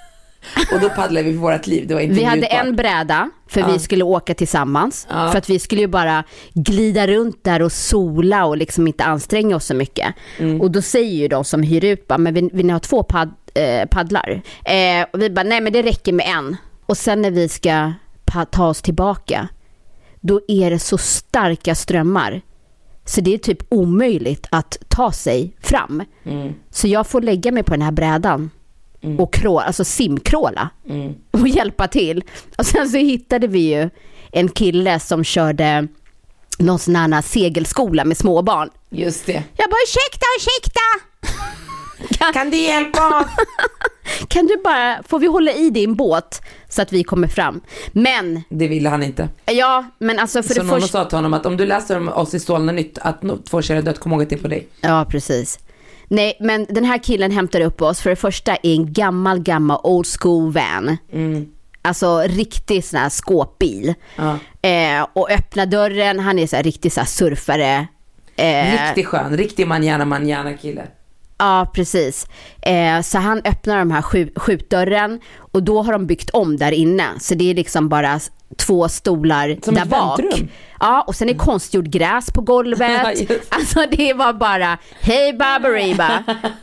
Och då paddlade vi för vårt liv. Det var inte Vi hade njutbart. en bräda för vi skulle åka tillsammans. Ja. För att vi skulle ju bara glida runt där och sola och liksom inte anstränga oss så mycket. Och då säger ju de som hyr ut bara, men vill ni ha 2 paddlar? Och vi bara, nej men det räcker med en. Och sen när vi ska ta oss tillbaka, då är det så starka strömmar. Så det är typ omöjligt att ta sig fram. Så jag får lägga mig på den här brädan och alltså simkråla och hjälpa till. Och sen så hittade vi ju en kille som körde någon sån här segelskola med småbarn. Just det. Jag bara, ursäkta! Kan du hjälpa oss? Kan du bara, får vi hålla i din båt så att vi kommer fram? Men, Det ville han inte. ja, men alltså för Så det någon första... sa till honom att om du läser om oss i Stålna Nytt att 2 kärra dött, kom ihåg att det är på dig. Ja, precis. Nej, men den här killen hämtar upp oss för det första i en gammal old school van. Alltså riktig sån här skåpbil. Ja. Och öppna dörren, han är så här riktig så här surfare. Riktigt skön, riktig manjana kille. Ja, precis. Så han öppnar de här skjutdörren och då har de byggt om där inne. Så det är liksom bara 2 stolar Som där ett bak. väntrum. Ja, och sen är konstgjord gräs på golvet. Just. Alltså det var bara, hej Baberiba.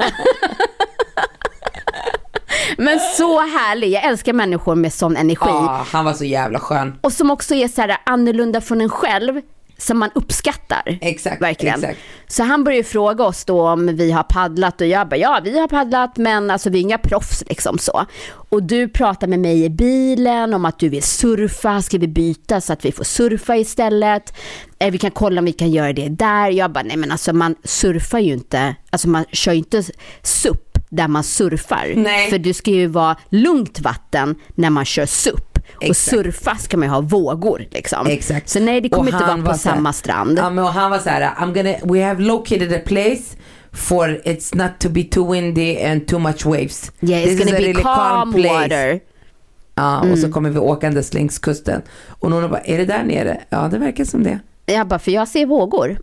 Men så härlig. Jag älskar människor med sån energi. Ja, han var så jävla skön. Och som också är så här annorlunda från en själv, som man uppskattar. Exakt, verkligen. exakt. Så han började fråga oss då om vi har paddlat och jag bara, ja vi har paddlat men alltså vi är inga proffs liksom så. Och du pratar med mig i bilen om att du vill surfa, ska vi byta så att vi får surfa istället? Vi kan kolla om vi kan göra det där. Jag bara, nej men alltså man surfar ju inte, alltså man kör ju inte SUP där man surfar. Nej. För det ska ju vara lugnt vatten när man kör SUP. Och Exakt. surfa ska man ju ha vågor liksom. Exakt. Så nej, det kommer Och inte han vara var på samma strand. Ja, men och han var så här, we have located a place for it's not to be too windy and too much waves. Yeah, it's This is gonna a be really calm place. water. Ja, och så kommer vi åkandes längs kusten. Och någon bara, är det där nere? Ja, det verkar som det. Jag bara, för jag ser vågor.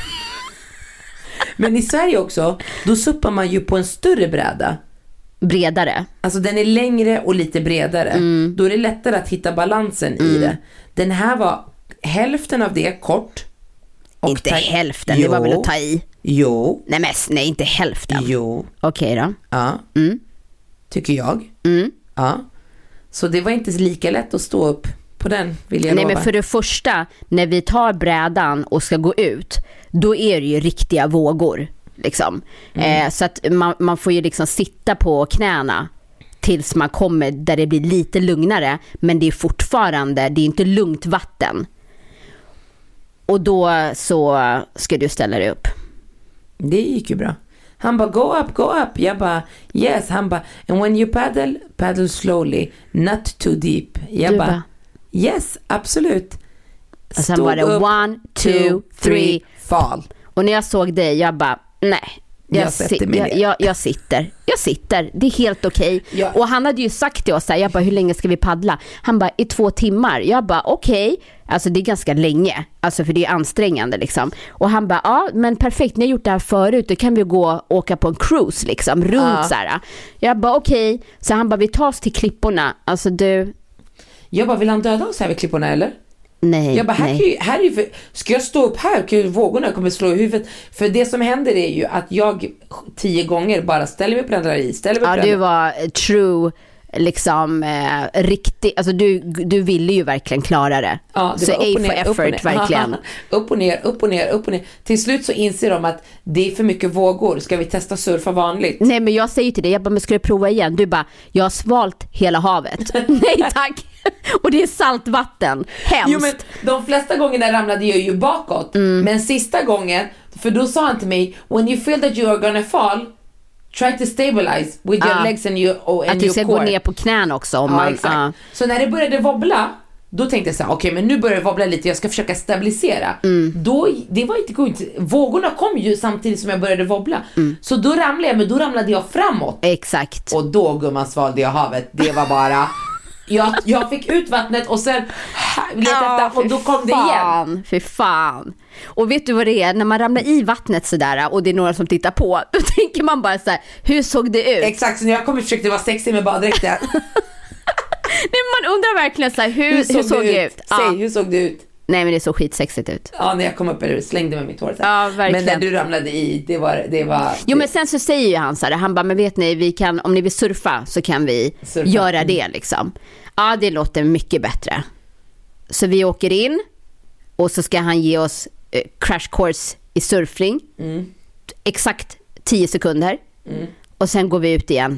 Men i Sverige också, då suppar man ju på en större bräda. Bredare. Alltså den är längre och lite bredare. Då är det lättare att hitta balansen i det. Den här var hälften av det kort. Och Inte hälften, det var väl att ta i. Jo. Nej, inte hälften. Jo. Okej då. Ja. Tycker jag. Ja. Så det var inte lika lätt att stå upp på den, vill jag Nej, lova. men för det första, när vi tar brädan och ska gå ut, då är det ju riktiga vågor liksom. Så att man får ju liksom sitta på knäna tills man kommer där det blir lite lugnare, men det är fortfarande, det är inte lugnt vatten. Och då så ska du ställa dig upp. Det gick ju bra. Han bara, go up. Jag bara, yes. Han bara, and when you paddle slowly, not too deep. Jag Du bara, bara, yes, absolut. och sen var det 1, 2, 3 fall. Och när jag såg dig, jag bara, nej. Jag sätter mig ner. Jag sitter. Det är helt okej. Ja. Och han hade ju sagt till oss här, jag bara, hur länge ska vi paddla? Han bara, i 2 timmar. Jag bara, okej. Alltså det är ganska länge. Alltså för det är ansträngande liksom. Och han bara, ja men perfekt, ni har gjort det här förut. Då kan vi gå och åka på en cruise liksom, runt så här. Jag bara, okej. Så han bara, vi tar oss till klipporna. Alltså du... Jag bara, vill han döda oss här vid klipporna eller? Nej, Jag bara, här är ju för, ska jag stå upp här? Kan ju vågorna kommer slå i huvudet. För det som händer är ju att jag 10 gånger bara ställer mig på den där i. Ja, du var true liksom riktigt, alltså du ville ju verkligen klara det. Ja, det så var A for effort, verkligen. upp och ner. Till slut så inser de att det är för mycket vågor. Ska vi testa surfa vanligt? Nej, men jag säger till dig, jag bara, men ska du prova igen? Du bara, jag har svalt hela havet. Nej tack. Och det är saltvatten. Hemskt. Jo, men de flesta gångerna ramlade jag ju bakåt. Men sista gången, för då sa han till mig, when you feel that you are gonna fall, try to stabilize with your legs and your core. Att du ska gå ner på knän också. Om man, exakt. Så när det började wobbla, då tänkte jag så här, okej, men nu börjar det wobbla lite, jag ska försöka stabilisera. Då, det var inte gott. Vågorna kom ju samtidigt som jag började wobbla. Så då ramlade jag, men då ramlade jag framåt. Exakt. Och då, gumman, svalde jag havet. Det var bara... Jag fick ut vattnet och sen och då kom det igen. Fy fan. Och vet du vad det är? När man ramlar i vattnet sådär och det är några som tittar på, då tänker man bara så här, hur såg det ut? Exakt, så när jag kom och försökte vara sexig med baddräkten. Nej, man undrar verkligen så här, hur såg det ut? Säg, hur såg det ut? Nej, men det såg skitsexigt ut. Ja, när jag kom upp eller slängde med mitt hår. Ja, verkligen. Men när du ramlade i, det var... Jo, men sen så säger ju han så här, han bara, men vet ni, vi kan, om ni vill surfa så kan vi göra det liksom. Ja, det låter mycket bättre. Så vi åker in och så ska han ge oss crash course i surfing. Exakt 10 sekunder. Och sen går vi ut igen.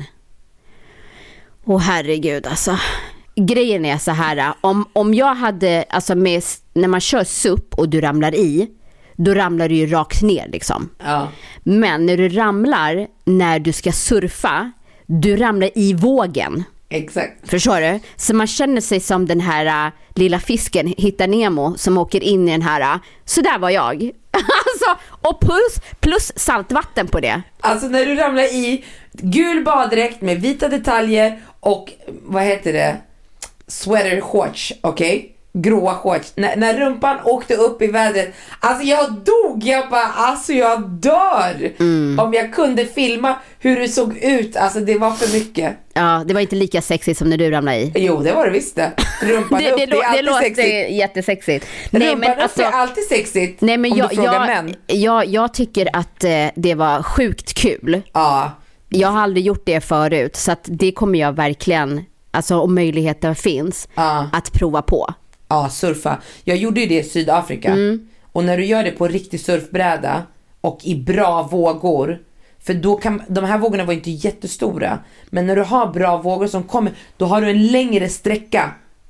Åh herregud alltså. Grejen är så här, om jag hade, alltså när man kör SUP och du ramlar i, då ramlar du ju rakt ner liksom. Ja. Men när du ramlar, när du ska surfa, du ramlar i vågen. Exakt. Förstår du? Så man känner sig som den här lilla fisken, Hitta Nemo, som åker in i den här, så där var jag. Alltså, och plus saltvatten på det. Alltså när du ramlar i gul baddräkt med vita detaljer och, vad heter det? Sweater shorts, okej? Gråa shorts. När rumpan åkte upp i vädret, alltså jag dog, jag dör. Om jag kunde filma hur det såg ut, alltså det var för mycket. Ja, det var inte lika sexigt som när du ramlade i. Jo, det var det visst det. Rumpan upp, det är alltid låter sexigt. Jättesexigt. Rumpan upp är alltid sexigt. Nej, men om du frågar män. Jag tycker att det var sjukt kul. Ja. Jag har aldrig gjort det förut, så att det kommer jag verkligen, alltså om möjligheter finns, att prova på. Ja, surfa. Jag gjorde ju det i Sydafrika. Och när du gör det på riktig surfbräda och i bra vågor, för då kan, de här vågorna var inte jättestora, men när du har bra vågor som kommer, då har du en längre sträcka.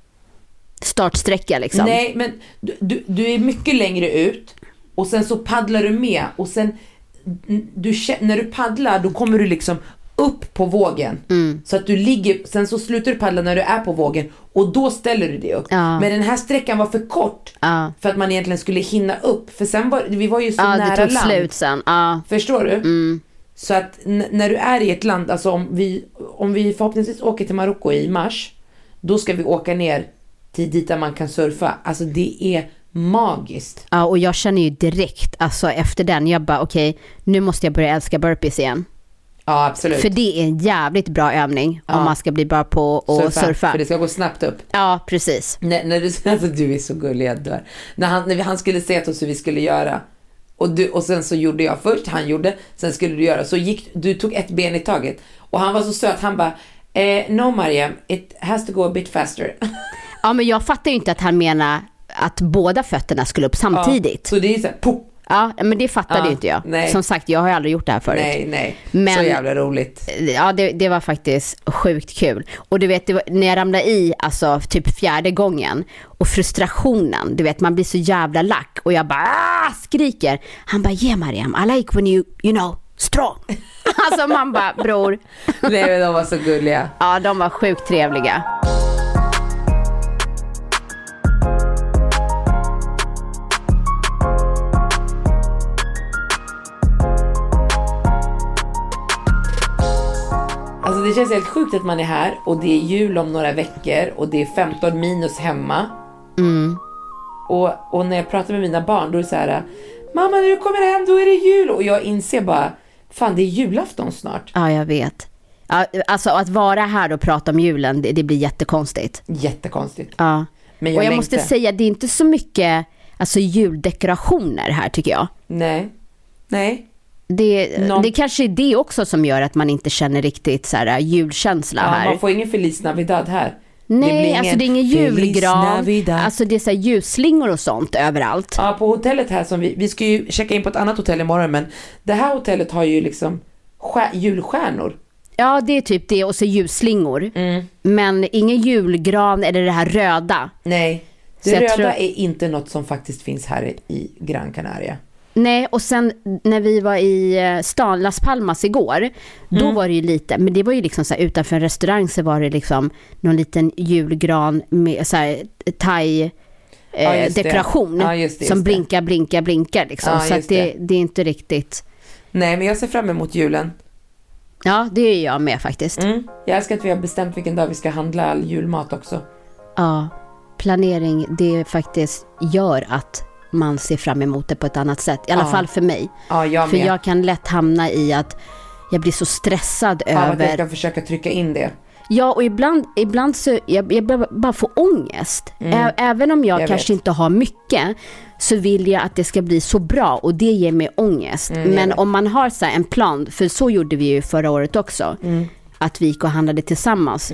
Startsträcka liksom. Nej, men du är mycket längre ut och sen så paddlar du med och sen när du paddlar, då kommer du liksom upp på vågen. Så att du ligger, sen så slutar du paddla när du är på vågen och då ställer du dig upp. Men den här sträckan var för kort för att man egentligen skulle hinna upp, för sen vi var ju så nära det tog land. Slut sen. Förstår du? Så att när du är i ett land, alltså om vi förhoppningsvis åker till Marocko i mars, då ska vi åka ner till dit där man kan surfa. Alltså det är magiskt. Ja, och jag känner ju direkt, alltså efter den, jag bara okej, nu måste jag börja älska burpees igen. Ja, absolut. För det är en jävligt bra övning om man ska bli bra på att surfa. För det ska gå snabbt upp. Ja, precis. När du, alltså, du är så gullig, jag dör. När han skulle säga till oss hur vi skulle göra, och sen så gjorde jag först, han gjorde, sen skulle du göra, så du tog ett ben i taget. Och han var så söt, han bara no Mariam, it has to go a bit faster. Ja, men jag fattar ju inte att han menar att båda fötterna skulle upp samtidigt. Ja, så det är så här, pop. Ja, men det fattade inte jag. Nej. Som sagt, jag har aldrig gjort det här förut. Nej. Men, så jävla roligt. Ja, det var faktiskt sjukt kul. Och du vet, när jag ramlade i, alltså typ 4:e gången, och frustrationen, du vet, man blir så jävla lack. Och jag bara skriker. Han bara, yeah Mariam, I like when you know, strong. Alltså man bara, bror. Nej, men de var så gulliga. Ja, de var sjukt trevliga. Alltså det känns helt sjukt att man är här och det är jul om några veckor och det är 15 minus hemma. Och när jag pratar med mina barn, då är det så här: mamma, när du kommer hem då är det jul. Och jag inser bara, fan, det är julafton snart. Ja, jag vet. Ja, alltså att vara här och prata om julen, det blir jättekonstigt. Jättekonstigt. Ja. Men och jag måste säga, det är inte så mycket alltså juldekorationer här, tycker jag. Nej. Det kanske är det också som gör att man inte känner riktigt så här julkänsla här. Man får ingen Feliz Navidad här. Nej, alltså det är ingen julgran. Alltså det är så här ljusslingor och sånt överallt. Ja, på hotellet här som vi ska ju checka in på ett annat hotell imorgon, men det här hotellet har ju liksom julstjärnor. Ja, det är typ det, och så ljusslingor. Men ingen julgran eller det här röda. Nej, det röda är inte något som faktiskt finns här i Gran Canaria. Nej, och sen när vi var i stan Las Palmas igår, då var det ju lite, men det var ju liksom så här, utanför en restaurang så var det liksom någon liten julgran med så här thai dekoration som blinkar liksom, så att det är inte riktigt. Nej, men jag ser fram emot julen. Ja, det är jag med faktiskt. Jag älskar att vi har bestämt vilken dag vi ska handla all julmat också. Ja, planering, det faktiskt gör att man ser fram emot det på ett annat sätt. I alla fall för mig. Ja, för jag kan lätt hamna i att jag blir så stressad över att jag ska försöka trycka in det. Ja, och ibland så jag bara får ångest. Även om jag kanske inte har mycket, så vill jag att det ska bli så bra, och det ger mig ångest. Men om man har så här en plan, för så gjorde vi ju förra året också, att vi gick och handlade tillsammans,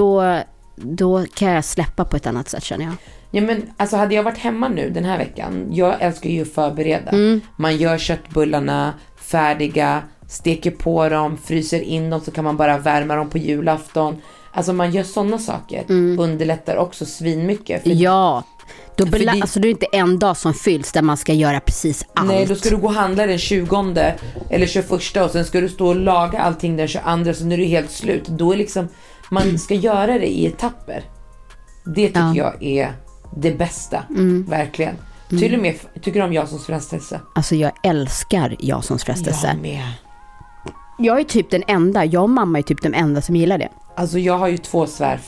då kan jag släppa på ett annat sätt, känner jag. Ja, men alltså hade jag varit hemma nu den här veckan, jag älskar ju att förbereda. Man gör köttbullarna färdiga, steker på dem, fryser in dem, så kan man bara värma dem på julafton. Alltså man gör sådana saker. Underlättar också svinmycket. Ja, alltså det är inte en dag som fylls där man ska göra precis allt. Nej, då ska du gå och handla den 20 eller 21 och sen ska du stå och laga allting den 22, så när du är helt slut. Då är liksom, man ska göra det i etapper. Det tycker jag är det bästa, verkligen. Till och med, tycker du om Jasons frestelse? Alltså jag älskar Jasons frestelse. Jag med. Jag är typ den enda, jag och mamma är typ den enda som gillar det. Alltså jag har ju 2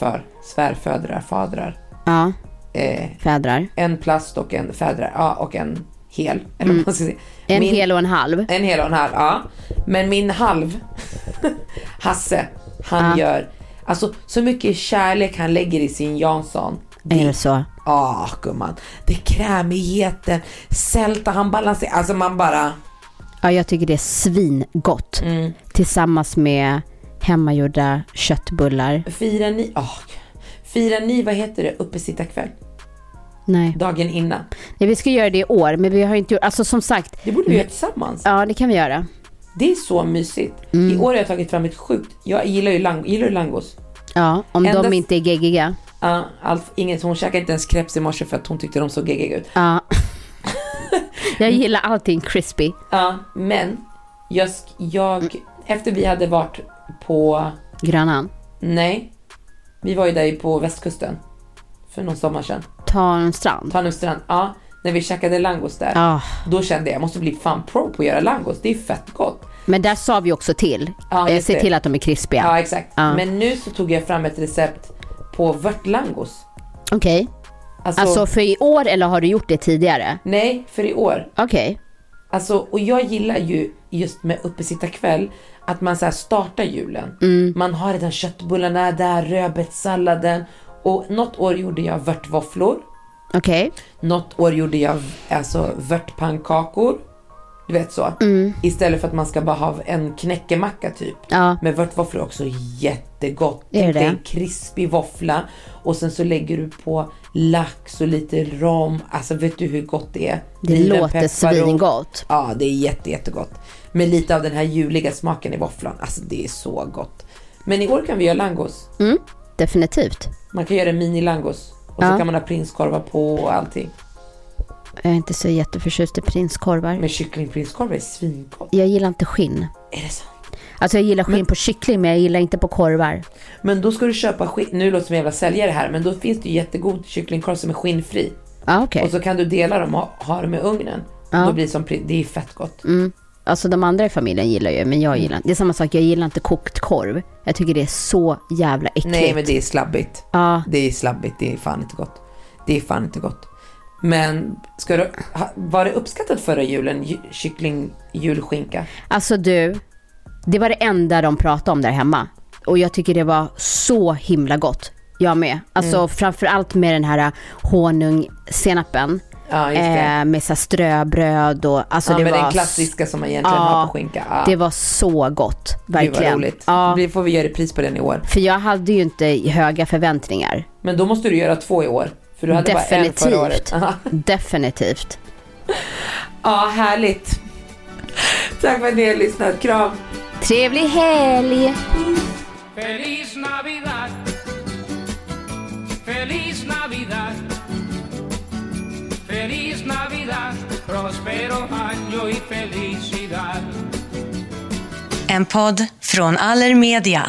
fadrar. Ja, fädrar. En plast och en fädrar, ja, och en hel. Eller vad man ska säga. En hel och en halv. En hel och en halv, ja. Men min halv, Hasse, han gör, alltså så mycket kärlek han lägger i sin Jansson. Är det så? Gumman. Det är krämigheten, sälta, han balanserar, alltså man bara... Ja, jag tycker det är svingott. Tillsammans med hemmagjorda köttbullar. Firar ni, vad heter det, uppesittarkväll? Nej. Dagen innan. Nej, vi ska göra det i år, men vi har inte gjort, alltså som sagt. Det borde vi göra tillsammans. Ja, det kan vi göra. Det är så mysigt. I år har jag tagit fram ett sjukt, jag gillar ju langos. Ja, om de inte är geggiga. Ja, hon käkade inte ens crepes i morse för att hon tyckte de såg geggiga ut. Ja. Jag gillar allting crispy. Ja, men jag efter vi hade varit på Grönan. Nej. Vi var ju där på västkusten för någon sommar sedan. Tanumstrand. Ja, när vi käkade langos där. Då kände jag måste bli fan pro på att göra langos. Det är fett gott. Men där sa vi också till. Se till att de är krispiga. Ja, exakt. Men nu så tog jag fram ett recept på vörtlangos. Okej. Alltså för i år, eller har du gjort det tidigare? Nej, för i år. Okej. Alltså, och jag gillar ju just med uppesittarkväll att man så här startar julen. Man har redan köttbullarna där, rödbetssalladen. Och något år gjorde jag vörtvåfflor. Okej. Något år gjorde jag vörtpannkakor. Du vet så. Istället för att man ska bara ha en knäckemacka typ. Ja. Men vörtvåfflor är också jättegott. Är det? En krispig våffla. Och sen så lägger du på lax och lite rom. Alltså vet du hur gott det är? Det låter svingott. Ja, det är jättegott. Med lite av den här juliga smaken i våfflan. Alltså det är så gott. Men i år kan vi göra langos. Definitivt. Man kan göra mini-langos. Och så kan man ha prinskorvar på och allting. Jag är inte så jätteförtjust i prinskorvar. Men kycklingprinskorvar är svingott. Jag gillar inte skinn. Är det sant? Alltså jag gillar skinn på kyckling, men jag gillar inte på korvar. Men då ska du köpa skinn. Nu låter det som en jävla säljare här. Men då finns det ju jättegod kycklingkorv som är skinnfri. Okay. Och så kan du dela dem och ha dem i ugnen. Då blir det som det är fett gott. Alltså de andra i familjen gillar ju, men jag gillar. Det är samma sak, jag gillar inte kokt korv. Jag tycker det är så jävla äckligt. Nej, men det är slabbigt. Det är slabbigt, det är fan inte gott. Men var det uppskattat förra julen, julskinka? Alltså det var det enda de pratade om där hemma. Och jag tycker det var så himla gott. Jag med. Alltså framförallt med den här honungssenapen. Ja, just det. Med så ströbröd och alltså det var den klassiska som man egentligen har på skinka. Det var så gott, verkligen. Det var roligt. Får vi göra pris på den i år. För jag hade ju inte höga förväntningar. Men då måste du göra 2 i år. För du hade bara en förra året. Definitivt. Ja, härligt. Tack för att ni har lyssnat. Kram. Trevlig helg. Feliz Navidad. Feliz Navidad. Feliz Navidad. Prospero año y felicidad. En podd från Allermedia.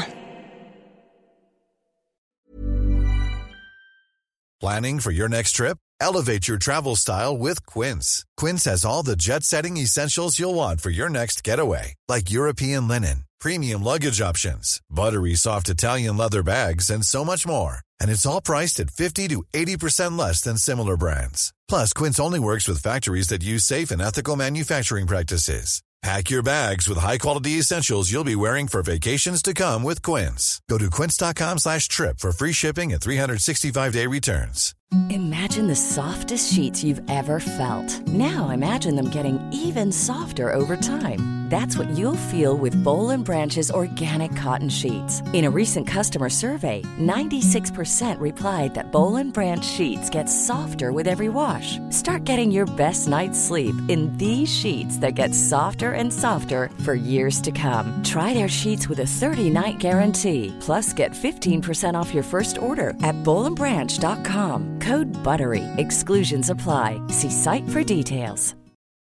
Planning for your next trip? Elevate your travel style with Quince. Quince has all the jet-setting essentials you'll want for your next getaway, like European linen, premium luggage options, buttery soft Italian leather bags, and so much more. And it's all priced at 50 to 80% less than similar brands. Plus, Quince only works with factories that use safe and ethical manufacturing practices. Pack your bags with high-quality essentials you'll be wearing for vacations to come with Quince. Go to quince.com/trip for free shipping and 365-day returns. Imagine the softest sheets you've ever felt. Now imagine them getting even softer over time. That's what you'll feel with Boll & Branch's organic cotton sheets. In a recent customer survey, 96% replied that Boll & Branch sheets get softer with every wash. Start getting your best night's sleep in these sheets that get softer and softer for years to come. Try their sheets with a 30-night guarantee. Plus, get 15% off your first order at bollandbranch.com. Code BUTTERY. Exclusions apply. See site for details.